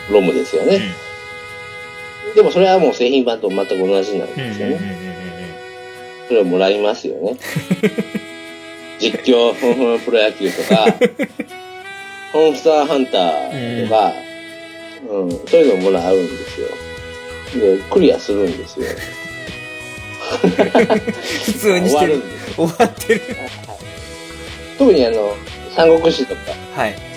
Speaker 3: ロムですよね、うん。でもそれはもう製品版と全く同じなんですよね。それをもらいますよね。実況、ふんふんプロ野球とか、ホームスターハンターとか、うん、うん、そういうのをもらうんですよ。で、クリアするんですよ。
Speaker 1: 普通にしてる。終わるんですよ。終わってる。
Speaker 3: 特にあの、三国志とか、はい。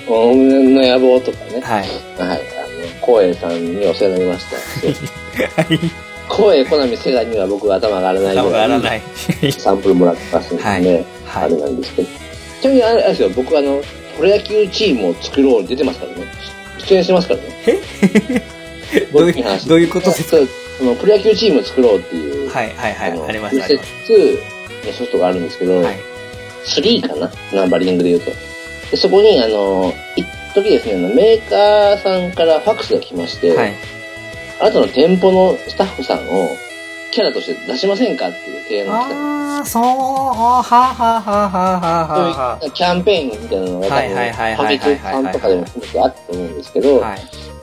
Speaker 3: 俺の野望とかね。
Speaker 1: はい。
Speaker 3: はい。あの、光栄さんにお世話になりました。はい。光栄、コナミ、セガには僕は頭が上がらない
Speaker 1: 頭が上がらない。
Speaker 3: サンプルもらってますんで、はいはい、あれなんですけど。ちなみにあれですよ、僕あの、プロ野球チームを作ろう出てますからね。出演してますからね。
Speaker 1: えどういう、どういうことですか？
Speaker 3: そのプロ野球チームを作ろうっていう。
Speaker 1: はいはいはい。あ, ありますね。
Speaker 3: にのソフトがあるんですけど、はい、スリーかなナンバリングで言うと。でそこに、あの、一時ですね、メーカーさんからファックスが来まして、はい、あなたの店舗のスタッフさんをキャラとして出しませんかっていう提案が来たんです。
Speaker 1: ああ、そう、ははははは
Speaker 3: はキャンペーンみたいなのが多分、ファミ通さんとかでも含めてあったと思うんですけど、はい、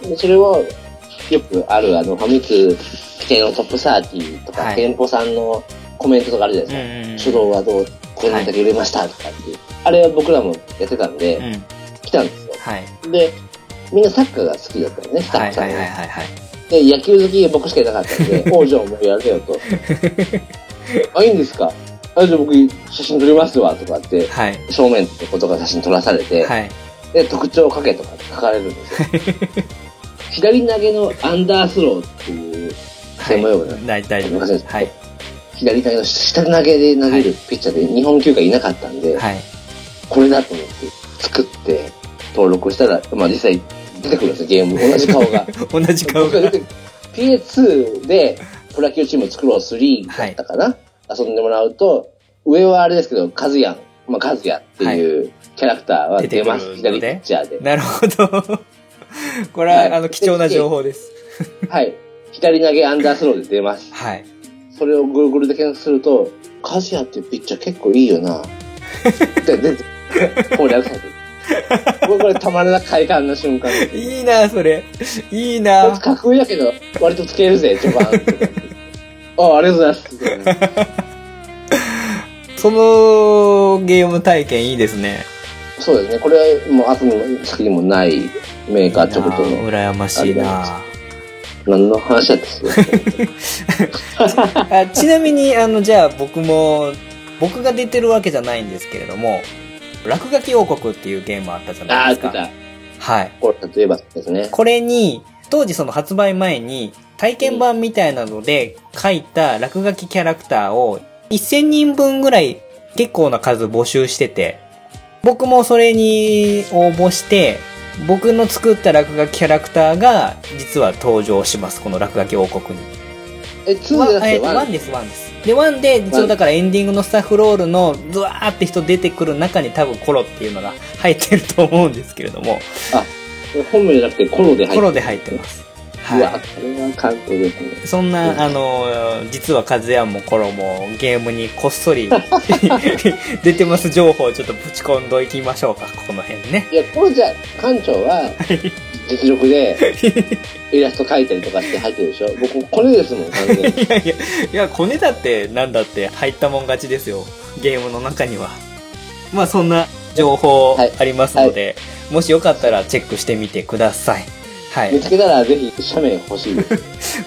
Speaker 3: でそれをよくあるあのファミ通規定のトップサーティーとか、はい、店舗さんのコメントとかあるじゃないですか。主導はどう、これだけ売れましたとかっていう。あれは僕らもやってたんで、うん、来たんですよ。はい、で、みんなサッカーが好きだったよね、スタッフさんが。で、野球好き僕しかいなかったんで、おうじゃあもうやれよと。あ、いいんですか？あ、じゃあ僕写真撮りますわとかって、はい、正面ってことが写真撮らされて、はい、で、特徴を書けとかって書かれるんですよ。左投げのアンダースローっていう専門用語なんです。大体です。はい。左投げの下投げで投げるピッチャーで日本球界いなかったんで、はい、これだと思って作って登録したら、まあ実際出てくるんですよ、ゲーム。同じ顔が。
Speaker 1: 同じ顔が。
Speaker 3: ピーエーツー でプロ野球チームを作ろうスリーだったかな、はい、遊んでもらうと、上はあれですけど、カズヤン、まあカズヤっていうキャラクターは出ます、左ピッチャーで。
Speaker 1: なるほど。これは、はい、あの貴重な情報です。
Speaker 3: はい。左投げアンダースローで出ます。はい。それをぐるぐるで検索すると、カズヤっていうピッチャー結構いいよな。で、で、攻略されてる。これたまらな快感な瞬間です。
Speaker 1: いいなそれ。いいな
Speaker 3: 架空やけど、割とつけるぜ、序盤。あ、ありがとうございます。
Speaker 1: そのゲーム体験いいですね。
Speaker 3: そうですね。これはもう後の先にもないメーカー直人の。
Speaker 1: 羨ましいな
Speaker 3: 何の話だったんですか
Speaker 1: ちなみに、あの、じゃあ僕も、僕が出てるわけじゃないんですけれども、落書き王国っていうゲームあったじゃないですか。
Speaker 3: あ、出た。
Speaker 1: はい。
Speaker 3: これ、例えばですね。
Speaker 1: これに、当時その発売前に、体験版みたいなので書いた落書きキャラクターをせんにんぶんぐらい結構な数募集してて、僕もそれに応募して、僕の作った落書きキャラクターが実は登場します、この落書き王国に。
Speaker 3: え、ツーじゃなくて
Speaker 1: ワンです、ワンです。で、ワンで、一応だからエンディングのスタッフロールのズワーって人出てくる中に多分コロっていうのが入ってると思うんですけれども。
Speaker 3: あ、本名じゃなくてコロで入ってる。
Speaker 1: コロで入ってます。
Speaker 3: はい。うわ、これは関東ですね。
Speaker 1: そんな、あの、実はカズヤンもコロもゲームにこっそり出てます情報をちょっとぶち込んどいきましょうか、この辺ね。
Speaker 3: いや、コロじゃ、館長は、実力で、イラスト描いたりとかして入ってるでしょ。僕、コネですもん、完全に。い
Speaker 1: やいや、いや、コネだってなんだって入ったもん勝ちですよ。ゲームの中には。まあ、そんな情報ありますので、はいはい、もしよかったらチェックしてみてください。はい。
Speaker 3: 見つけたらぜひ、写メ欲しいです。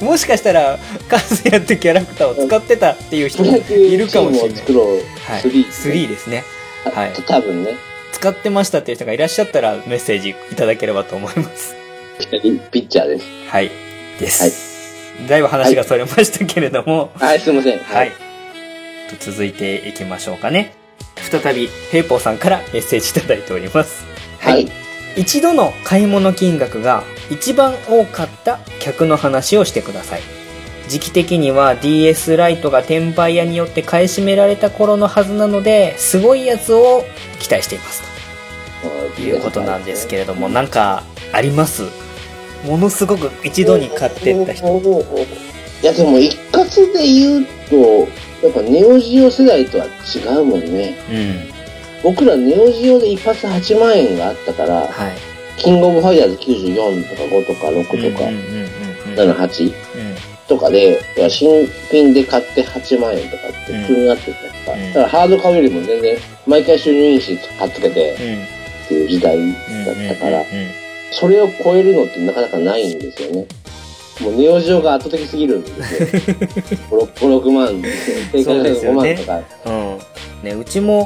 Speaker 1: もしかしたら、カズヤってキャラクターを使ってたっていう人もいるかもしれない。
Speaker 3: 作ろう。
Speaker 1: はい。スリー、スリーですね。
Speaker 3: はい。多分ね。
Speaker 1: 使ってましたっていう人がいらっしゃったらメッセージいただければと思います。
Speaker 3: ピッチャーです。
Speaker 1: はい。です。はい。だいぶ話がそれましたけれども。
Speaker 3: はい、はい、すいません。
Speaker 1: はい。はい、続いていきましょうかね。再び、ヘイポーさんからメッセージいただいております。はい。はい、一度の買い物金額が一番多かった客の話をしてください。時期的には ディーエス ライトが転売屋によって買い占められた頃のはずなので、すごいやつを期待しています。ということなんですけれども、なんかあります？ものすごく一度に買ってった人。
Speaker 3: いやでも一括で言うと、やっぱネオジオ世代とは違うもんね。うん。僕らネオジオで一発はちまんえんがあったから、はい、キングオブファイヤーズきゅうじゅうよんとかごとかろくとかなな、はちとかで、新品で買ってはちまんえんとかって普通になってるじゃないですか。うん、だからハード買うよりも全然毎回収入印紙買っつけてっていう時代だったから、それを超えるのってなかなかないんですよね。もうネオジオが圧倒的すぎるんですよ。ご、ろくまんですよ。定価でごまんとか。
Speaker 1: うん。ね、うちも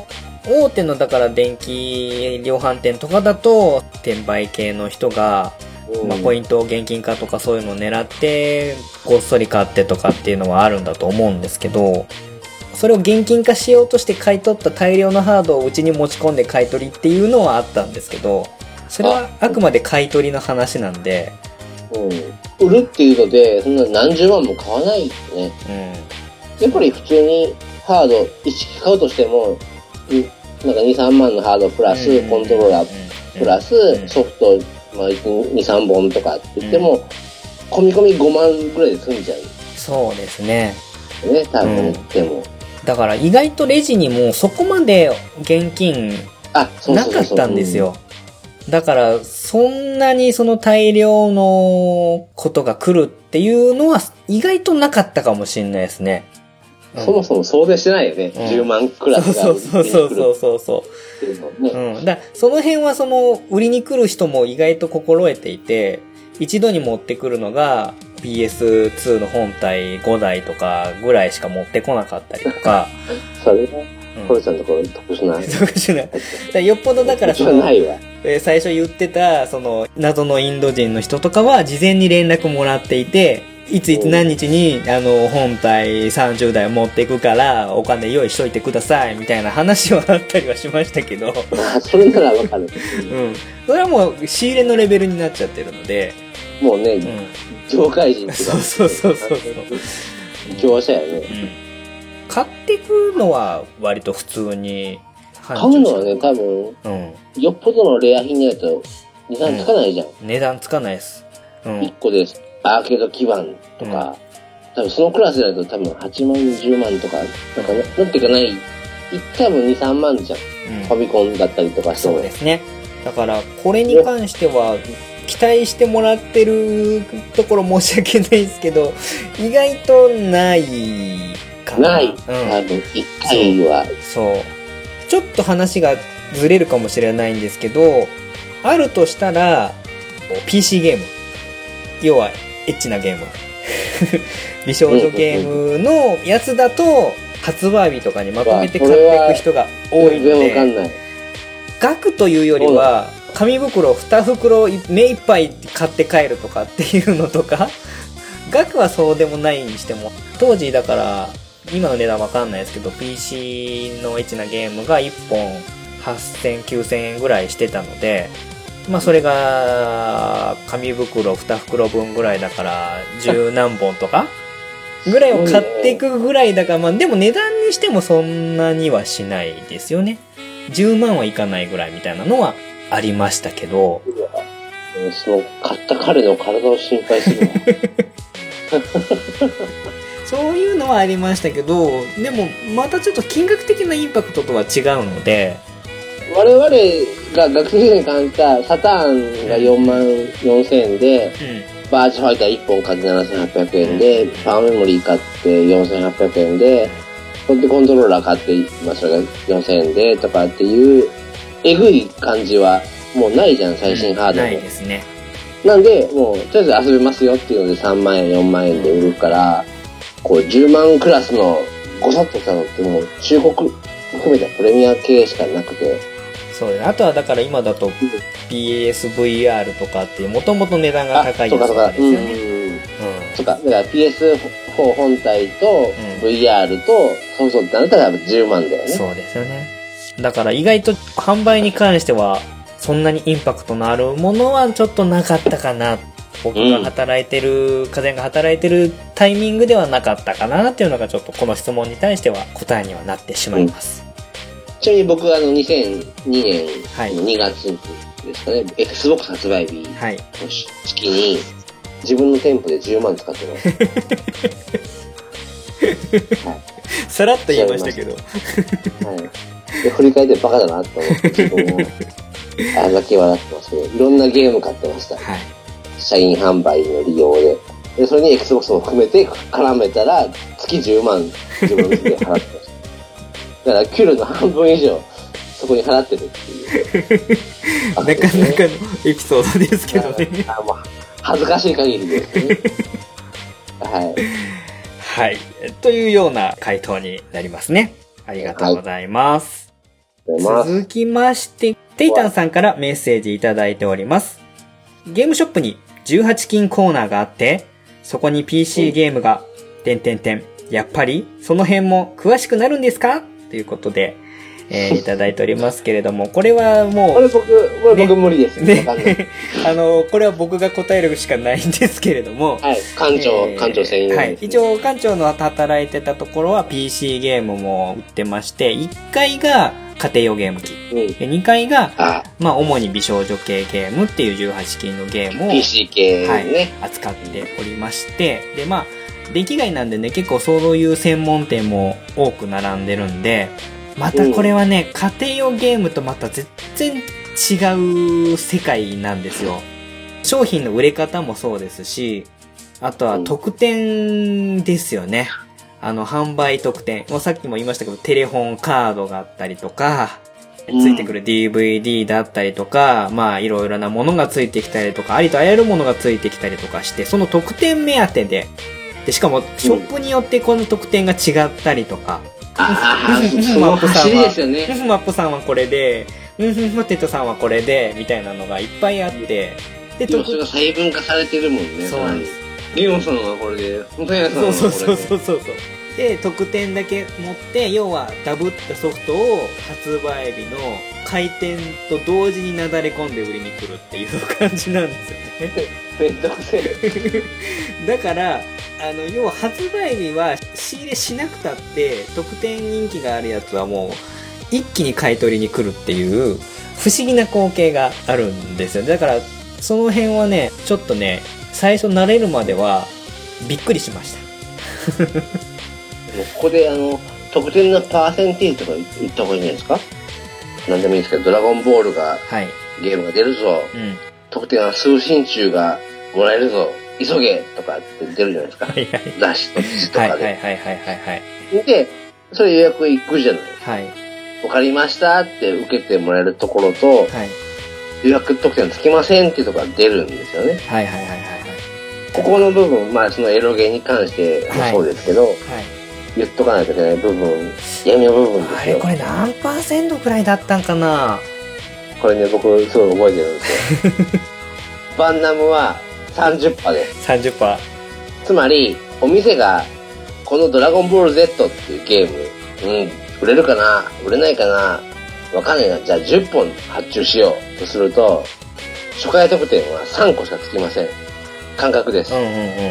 Speaker 1: 大手のだから電気量販店とかだと、転売系の人が、まあ、ポイントを現金化とかそういうのを狙って、ごっそり買ってとかっていうのはあるんだと思うんですけど、それを現金化しようとして買い取った大量のハードをうちに持ち込んで買い取りっていうのはあったんですけど、それはあくまで買い取りの話なんで、
Speaker 3: うん、売るっていうのでそんな何十万も買わないよね、うん、やっぱり普通にハード一式買うとしてもなんかにさんまんのハードプラス、うん、コントローラープラス、うん、ソフト、まあ、にさんぼんとかって言っても、うん、込み込みごまんぐらいで済んじゃう。
Speaker 1: そうですね
Speaker 3: ね、多分でも、うん、
Speaker 1: だから意外とレジにもそこまで現金なかったんですよ。だからそんなにその大量のことが来るっていうのは意外となかったかもしれないですね。
Speaker 3: うん、そもそも想定してないよね、うん、じゅうまんクラスが売りに来る。そうそうそうそうそう、
Speaker 1: ね、うん、だその辺はその売りに来る人も意外と心得ていて、一度に持ってくるのが ピーエスツー の本体ごだいとかぐらいしか持ってこなかったりとか
Speaker 3: それがコロちゃんのところ特殊な
Speaker 1: 特殊なだよっぽどだからその最初言ってたその謎のインド人の人とかは事前に連絡もらっていて、いついつ何日にあの本体さんじゅうだい持っていくからお金用意しといてくださいみたいな話はあったりはしましたけど
Speaker 3: あそれならわかる、うん、
Speaker 1: それはもう仕入れのレベルになっちゃってるので
Speaker 3: もうね、うん、業界人
Speaker 1: ってそうそうそうそう
Speaker 3: 業者やね、
Speaker 1: うん、買っていくのは割と普通に
Speaker 3: 買うのはね多分、うん、よっぽどのレア品のやつと値段つかないじゃん、うん、
Speaker 1: 値段つかないです、うん、
Speaker 3: いっこですアーケード基板とか、うん、多分そのクラスだと多分はちまんじゅうまんとかなんかねなんていうかない多分にさんまんじゃん、うん、ファミコンだったりとかしても
Speaker 1: そうですね。だからこれに関しては期待してもらってるところ申し訳ないですけど意外とないかな。
Speaker 3: ない、うん、多分いっかいは
Speaker 1: そう、そうちょっと話がずれるかもしれないんですけど、あるとしたら ピーシー ゲーム、要はエッチなゲーム美少女ゲームのやつだと発売日とかにまとめて買っていく人が多いので、額というよりは紙袋に袋目いっぱい買って帰るとかっていうのとか、額はそうでもないにしても当時だから今の値段わかんないですけど ピーシー のエッチなゲームがいっぽんはっせんきゅうせんえんぐらいしてたので、まあそれが紙袋に袋分ぐらいだから十何本とかぐらいを買っていくぐらいだから、まあでも値段にしてもそんなにはしないですよね。じゅうまんはいかないぐらいみたいなのはありましたけど、
Speaker 3: その買った彼の体を心配する
Speaker 1: そういうのはありましたけど、でもまたちょっと金額的なインパクトとは違うので、
Speaker 3: 我々が学生時代に買ったサターンがよんまんよんせんえんで、うん、バーチファイターいっぽん買ってななせんはっぴゃくえんで、うん、パワーメモリー買ってよんせんはっぴゃくえんで、コントローラー買って、まあそれがよんせんえんでとかっていうえぐい感じはもうないじゃん、最新ハードも、うん、
Speaker 1: ないですね。
Speaker 3: なんでもうとりあえず遊べますよっていうのでさんまんえんよんまんえんで売るから、こうじゅうまんクラスのごさっとしたのってもう中国含めたプレミア系しかなくて、
Speaker 1: そうですね。あとはだから今だと ピーエスブイアール とかっていうもともと値段が高いやつとかですよね。
Speaker 3: そうか、だから ピーエスフォー 本体と ブイアール とソフトってなったらじゅうまんだよね。
Speaker 1: そうですよね。だから意外と販売に関してはそんなにインパクトのあるものはちょっとなかったかな。僕が働いてる、うん、風が働いてるタイミングではなかったかなっていうのがちょっとこの質問に対しては答えにはなってしまいます。うん、
Speaker 3: ちなみに僕はあのにせんにねんのにがつですかね、はい、Xbox 発売日の月に自分の店舗でじゅうまん使ってます。
Speaker 1: はい、さらっと言いましたけど。はい。
Speaker 3: で振り返ってバカだなって思って自分もあれだけ笑ってますけど、いろんなゲーム買ってました。はい。社員販売の利用で。で、それに Xbox も含めて絡めたら月じゅうまん自分で払ってました。だから給料の半分以上そこに払ってるっていう。
Speaker 1: なかなかのエピソードですけどね。
Speaker 3: ああ、もう恥ずかしい限りですね。はい。
Speaker 1: はい。というような回答になりますね。ありがとうございます。 続きまして、テイタンさんからメッセージいただいております。ゲームショップにじゅうはち金コーナーがあって、そこに ピーシー ゲームが、点点点。やっぱり、その辺も詳しくなるんですかということで、えー、いただいておりますけれども、これはもう、
Speaker 3: これ僕、これ僕無理ですよね。
Speaker 1: ねあの、これは僕が答えるしかないんですけれども、
Speaker 3: はい、館長、えー、館長専用、
Speaker 1: はい、一応館長の働いてたところは ピーシー ゲームも売ってまして、いっかいが家庭用ゲーム機、うん、でにかいが、あまあ、主に美少女系ゲームっていうじゅうはち金のゲームを、
Speaker 3: ピーシー 系ね、はい、
Speaker 1: 扱っておりまして、で、まあ、電気街なんでね、結構そういう専門店も多く並んでるんで、またこれはね、うん、家庭用ゲームとまた全然違う世界なんですよ。商品の売れ方もそうですし、あとは特典ですよね。あの、販売特典。もうさっきも言いましたけど、テレホンカードがあったりとか、ついてくる ディーブイディー だったりとか、まあいろいろなものがついてきたりとか、ありとあらゆるものがついてきたりとかして、その特典目当てで、でしかもショップによってこの特典が違ったりとか、
Speaker 3: ああ、その走りですよね。
Speaker 1: マップさんはこれで、ポテトさんはこれで、みたいなのがいっぱいあって、
Speaker 3: で、それが細分化されてるもんね。
Speaker 1: そうなんです。
Speaker 3: リオンさんはこれで、本屋さんはこれで。
Speaker 1: そうそうそうそうそう。で、特典だけ持って、要はダブったソフトを発売日の開店と同時になだれ込んで売りに来るっていう感じなんですよね。
Speaker 3: めんどくせえ。
Speaker 1: だから、あの、要は発売日は仕入れしなくたって、特典人気があるやつはもう、一気に買い取りに来るっていう、不思議な光景があるんですよ。だから、その辺はね、ちょっとね、最初慣れるまでは、びっくりしました。
Speaker 3: ここで、あの、特典のパーセンテージとか言った方がいいんじゃないですか？なんでもいいですけど、ドラゴンボールが、はい、ゲームが出るぞ。うん、特典は通信中がもらえるぞ。急げとかって出るじゃないですか。はいはい、雑誌と記事とかで。はいはいはいはいはい。で、それ予約行くじゃないですか。はい。わかりましたって受けてもらえるところと、はい、予約特典つきませんっていうところが出るんですよね。はいはいはいはい。ここの部分、まあそのエロゲーに関してもそうですけど、はいはい、言っとかないといけない部分、闇の部分ですよ。
Speaker 1: あれこれ何パーセントくらいだったんかな？
Speaker 3: これね、僕すごい覚えてるんですよ。バンナムはさんじゅっパーセントです。
Speaker 1: さんじゅっパーセン
Speaker 3: ト。つまり、お店が、このドラゴンボール Z っていうゲーム、うん、売れるかな売れないかなわかんないな。じゃあじゅっぽん発注しようとすると、初回特典はさんこしかつきません。感覚です。うんうんうん、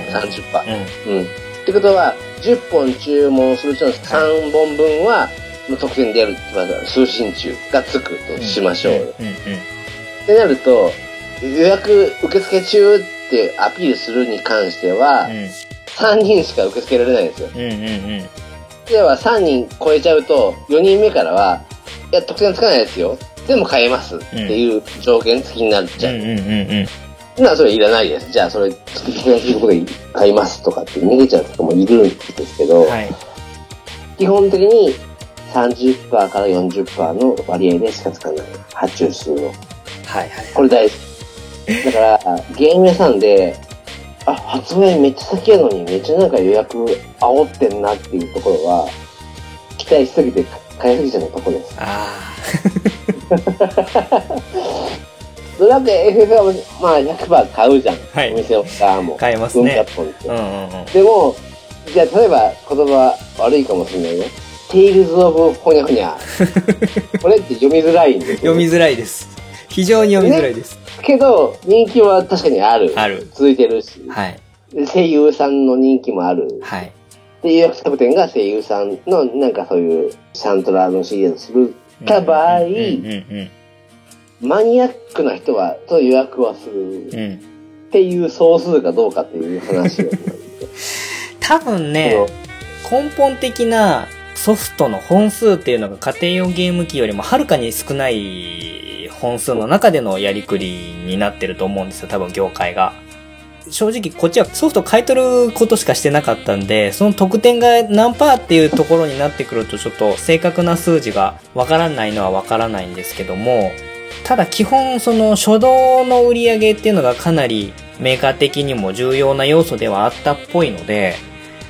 Speaker 3: さんじゅっパーセント。うん。うん。ってことは、じゅっぽん注文するうちのさんぼんぶんは、の特典でやるってことは、通信中がつくとしましょう。うんうんうんうん、ってなると、予約受付中ってアピールするに関しては、うん、さんにんしか受け付けられないんですよ。うんうんうん、ではさんにん超えちゃうと、よにんめからは、いや、特典つかないですよ。でも買えますっていう条件付きになっちゃう。うんうんうんうんならそれいらないです。じゃあそれ、特典ということで買いますとかって逃げちゃう人もいるんですけど、はい、基本的に さんじゅっパーセント から よんじゅっパーセント の割合でしかつかない。発注数の。はいはい。これ大事。だから、ゲーム屋さんで、あ、発売めっちゃ先やのにめっちゃなんか予約煽ってんなっていうところは、期待しすぎて買いすぎちゃうところです。ああ。ドラクエ エフエフ はまあ ひゃくパーセント 買うじゃん。はい。お店側も。
Speaker 1: 買えますね。
Speaker 3: うんうんうん。でも、じゃあ例えば言葉悪いかもしれないよ。テイルズ・オブ・ホニャホニャ。これって読みづらいんですよ。
Speaker 1: 読みづらいです。非常に読みづらいです。
Speaker 3: ね、けど、人気は確かにある。ある。続いてるし。はい。声優さんの人気もある。はい。で、予約特典が声優さんのなんかそういうサントラの シーエム するた場合、うんうんうんうんマニアックな人はと予約はする、うん、っていう総数がどうかっていう話を
Speaker 1: 多分ね根本的なソフトの本数っていうのが家庭用ゲーム機よりもはるかに少ない本数の中でのやりくりになってると思うんですよ多分業界が正直こっちはソフト買い取ることしかしてなかったんでその特典が何パーっていうところになってくるとちょっと正確な数字がわからないのはわからないんですけどもただ基本その初動の売り上げっていうのがかなりメーカー的にも重要な要素ではあったっぽいので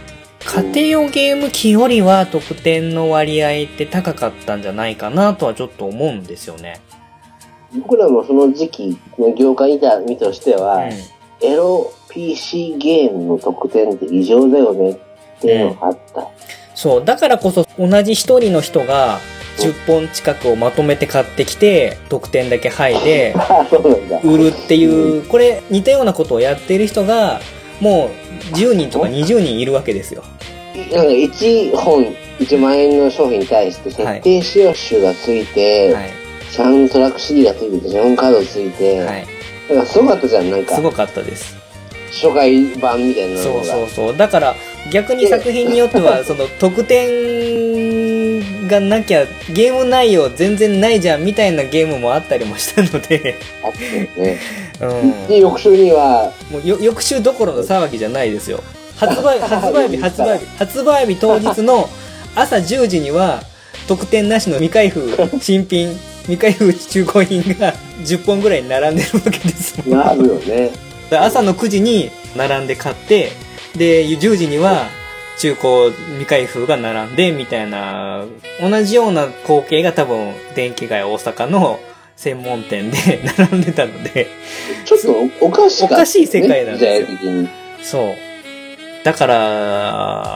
Speaker 1: 家庭用ゲーム機よりは得点の割合って高かったんじゃないかなとはちょっと思うんですよね。
Speaker 3: 僕らもその時期の業界にいた身としては、うん、エロ ピーシー ゲームの得点って異常だよねっていうのがあった。うん、
Speaker 1: そう、だからこそ同じ一人の人がじゅっぽん近くをまとめて買ってきて、得点だけ剥いで、売るっていう、これ似たようなことをやっている人が、もうじゅうにんとかにじゅうにんいるわけですよ。
Speaker 3: なんかいっぽんいちまん円の商品に対して設定使用種がついて、はい、サウンドトラック シーディー がついてて、ジョンカードついて、はい、だからすごかったじゃん、なんか。
Speaker 1: すごかったです。
Speaker 3: 初回版みたいなのが。
Speaker 1: そうそうそう。だから逆に作品によっては、その得点がなきゃゲーム内容全然ないじゃんみたいなゲームもあったりもしたので。
Speaker 3: あったね。うん。で、翌週には。
Speaker 1: もうよ翌週どころの騒ぎじゃないですよ。発売、発売日、発売日、発売日当日の朝じゅうじには、特典なしの未開封、新品、未開封中古品がじゅっぽんぐらい並んでるわけですもん。
Speaker 3: なるよね。
Speaker 1: 朝のくじに並んで買って、で、じゅうじには中古未開封が並んで、みたいな、同じような光景が多分、電気街大阪の専門店で並んでたので。
Speaker 3: ちょっとおかしい、ね、
Speaker 1: おかしい世界なんですよ。そう。だから、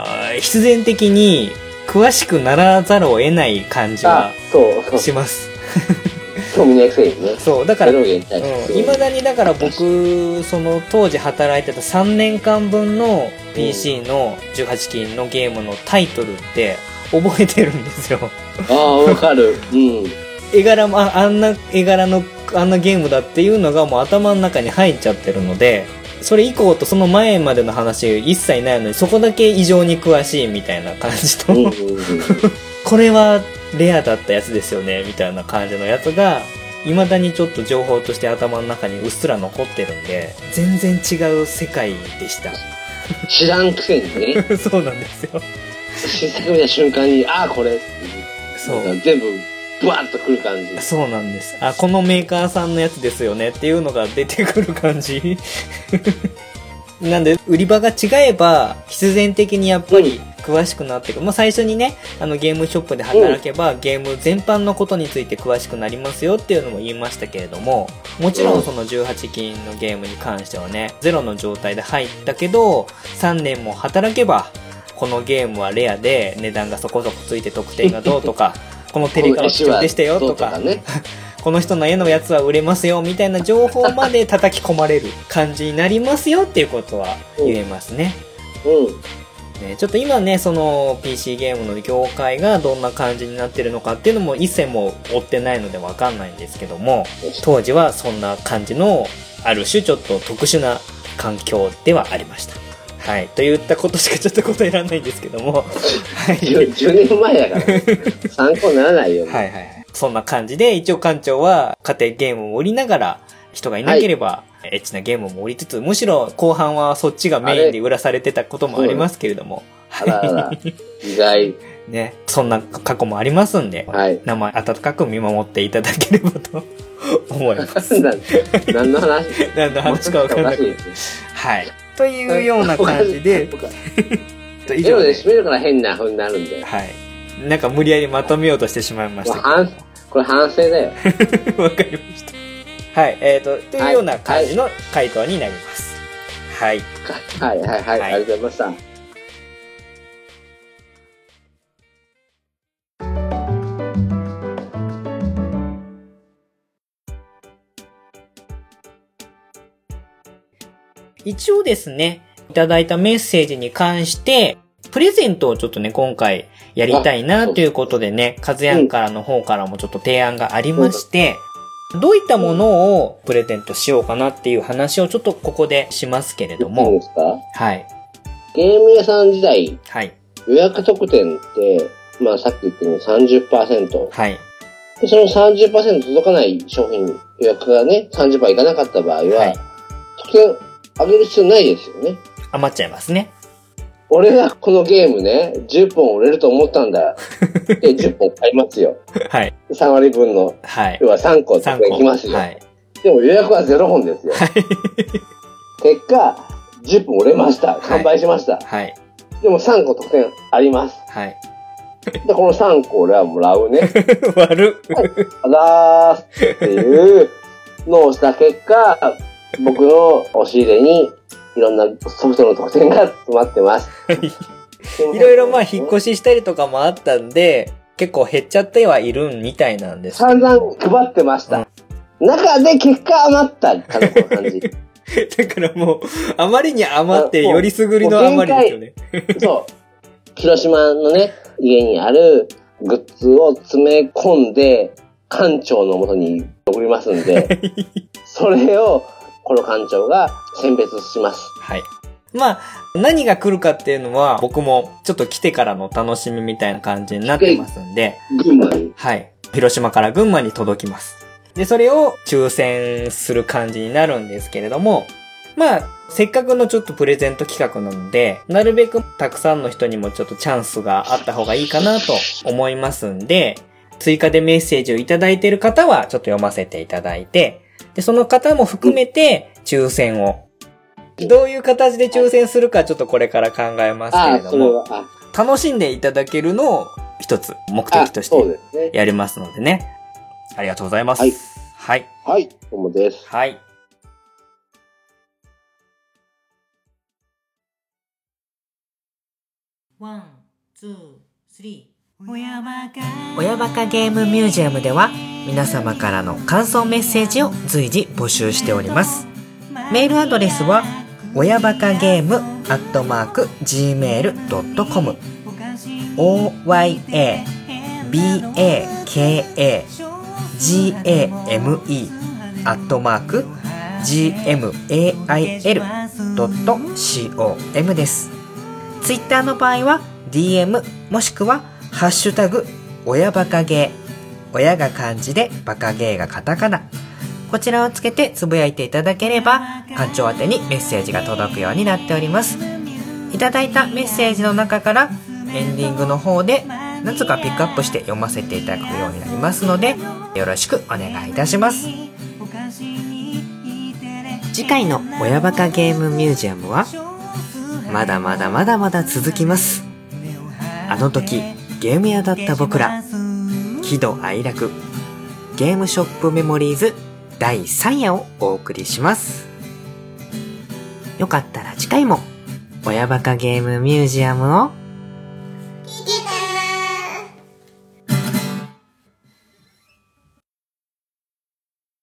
Speaker 1: 必然的に詳しくならざるを得ない感じはします。
Speaker 3: 興味ないくせにね。
Speaker 1: そう、だから、うん、未だにだから僕、その当時働いてたさんねんかんぶんの ピーシー のじゅうはちきんのゲームのタイトルって覚えてるんですよ。
Speaker 3: ああ、わかる。うん。
Speaker 1: 絵柄も、あ、あんな絵柄の、あんなゲームだっていうのがもう頭の中に入っちゃってるので、それ以降とその前までの話一切ないのにそこだけ異常に詳しいみたいな感じとこれはレアだったやつですよねみたいな感じのやつが未だにちょっと情報として頭の中にうっすら残ってるんで全然違う世界でした
Speaker 3: 知らんくせにね
Speaker 1: そうなんですよ
Speaker 3: 新作見た瞬間にああこれそう全部ブワーッとくる感じ。
Speaker 1: そうなんです。あ、このメーカーさんのやつですよねっていうのが出てくる感じ。なんで、売り場が違えば、必然的にやっぱり詳しくなっていく。うん、まあ最初にね、あのゲームショップで働けば、うん、ゲーム全般のことについて詳しくなりますよっていうのも言いましたけれども、もちろんそのじゅうはちきんのゲームに関してはね、ゼロの状態で入ったけど、さんねんも働けば、このゲームはレアで値段がそこそこついて得点がどうとか、このテレカは貴重でしたよとか、ね、この人の絵のやつは売れますよみたいな情報まで叩き込まれる感じになりますよっていうことは言えますね。うん。ね、ちょっと今ね、その ピーシー ゲームの業界がどんな感じになってるのかっていうのも一切もう追ってないのでわかんないんですけども、当時はそんな感じのある種ちょっと特殊な環境ではありました。はい。といったことしかちょっと答えられないんですけども。はい。
Speaker 3: じゅうねんまえだから、参考にならないよね。
Speaker 1: はいはいはい。そんな感じで、一応館長は家庭ゲームを売りながら、人がいなければ、エッチなゲームも売りつつ、むしろ後半はそっちがメインで売らされてたこともありますけれども。
Speaker 3: あらあら。意外。
Speaker 1: ね。そんな過去もありますんで、はい、生温かく見守っていただければと思います。
Speaker 3: 何の話
Speaker 1: 何の話かわかんない。はい。というような感じで、
Speaker 3: 以上で締めるから変な風になるんだよ。
Speaker 1: はい。なんか無理やりまとめようとしてしまいましたけど。
Speaker 3: これ反省だよ。
Speaker 1: わかりました。はい。えっと、というような感じの回答になります。はい。
Speaker 3: はい、はい、はい、はい、ありがとうございました。
Speaker 1: 一応ですね、いただいたメッセージに関して、プレゼントをちょっとね、今回やりたいなということでね、カズヤンからの方からもちょっと提案がありまして、どういったものをプレゼントしようかなっていう話をちょっとここでしますけれども。
Speaker 3: いいですか？
Speaker 1: はい。
Speaker 3: ゲーム屋さん時代、
Speaker 1: はい。
Speaker 3: 予約特典って、まあさっき言ったように さんじゅっパーセント。
Speaker 1: はい。
Speaker 3: で、その さんじゅっパーセント 届かない商品、予約がね、さんじゅっパーセント いかなかった場合は、はい、特典あげる必要ないですよね。
Speaker 1: 余っちゃいますね。
Speaker 3: 俺がこのゲームね、じゅっぽん売れると思ったんだ。で、じゅっぽん買いますよ。
Speaker 1: はい。
Speaker 3: さんわりぶんの。
Speaker 1: はい。
Speaker 3: 要はさんこ特典いきますよ。
Speaker 1: はい。
Speaker 3: でも予約はゼロほんですよ。はい。結果、じゅっぽん売れました。完売しました。
Speaker 1: はい。
Speaker 3: でもさんこ得点あります。
Speaker 1: はい。
Speaker 3: で、このさんこ俺はもらうね。
Speaker 1: 悪っ。
Speaker 3: はい。あざーすっていうのをした結果、僕の押し入れにいろんなソフトの得点が詰まってます。
Speaker 1: いろいろまあ引っ越ししたりとかもあったんで、結構減っちゃってはいるみたいなんですけど。
Speaker 3: 散々配ってました。うん、中で結果余ったかのこの感じ。
Speaker 1: だからもう、あまりに余ってよりすぐりの余りですよね。
Speaker 3: そう。広島のね、家にあるグッズを詰め込んで、館長の元に送りますんで、それを、この館長が選別します。
Speaker 1: はい。まあ、何が来るかっていうのは、僕もちょっと来てからの楽しみみたいな感じになってますんで、
Speaker 3: 群馬に。
Speaker 1: はい。広島から群馬に届きます。で、それを抽選する感じになるんですけれども、まあ、せっかくのちょっとプレゼント企画なので、なるべくたくさんの人にもちょっとチャンスがあった方がいいかなと思いますんで、追加でメッセージをいただいている方はちょっと読ませていただいて、で、その方も含めて抽選を、どういう形で抽選するかちょっとこれから考えますけれども、楽しんでいただけるのを一つ目的としてやりますのでね。ありがとうございます。はい。はい。
Speaker 3: はい。どうもです。
Speaker 1: はい。ワン、ツー、スリー。親バカ。親バカゲームミュージアムでは皆様からの感想メッセージを随時募集しております。メールアドレスは親バカゲームアットマーク ジーメールドットコム オーワイエービーエーケーエージーエーエムイー アットマーク ジーエムエーアイエル ドット コム です。ツイッターの場合は ディーエム もしくはハッシュタグ親バカゲー、親が漢字でバカゲーがカタカナ、こちらをつけてつぶやいていただければ館長宛てにメッセージが届くようになっております。いただいたメッセージの中からエンディングの方で何つかピックアップして読ませていただくようになりますので、よろしくお願いいたします。次回の親バカゲームミュージアムはまだまだまだまだ続きます。あの時ゲーム屋だった僕ら、喜怒哀楽ゲームショップメモリーズだいさん夜をお送りします。よかったら次回も親バカゲームミュージアムを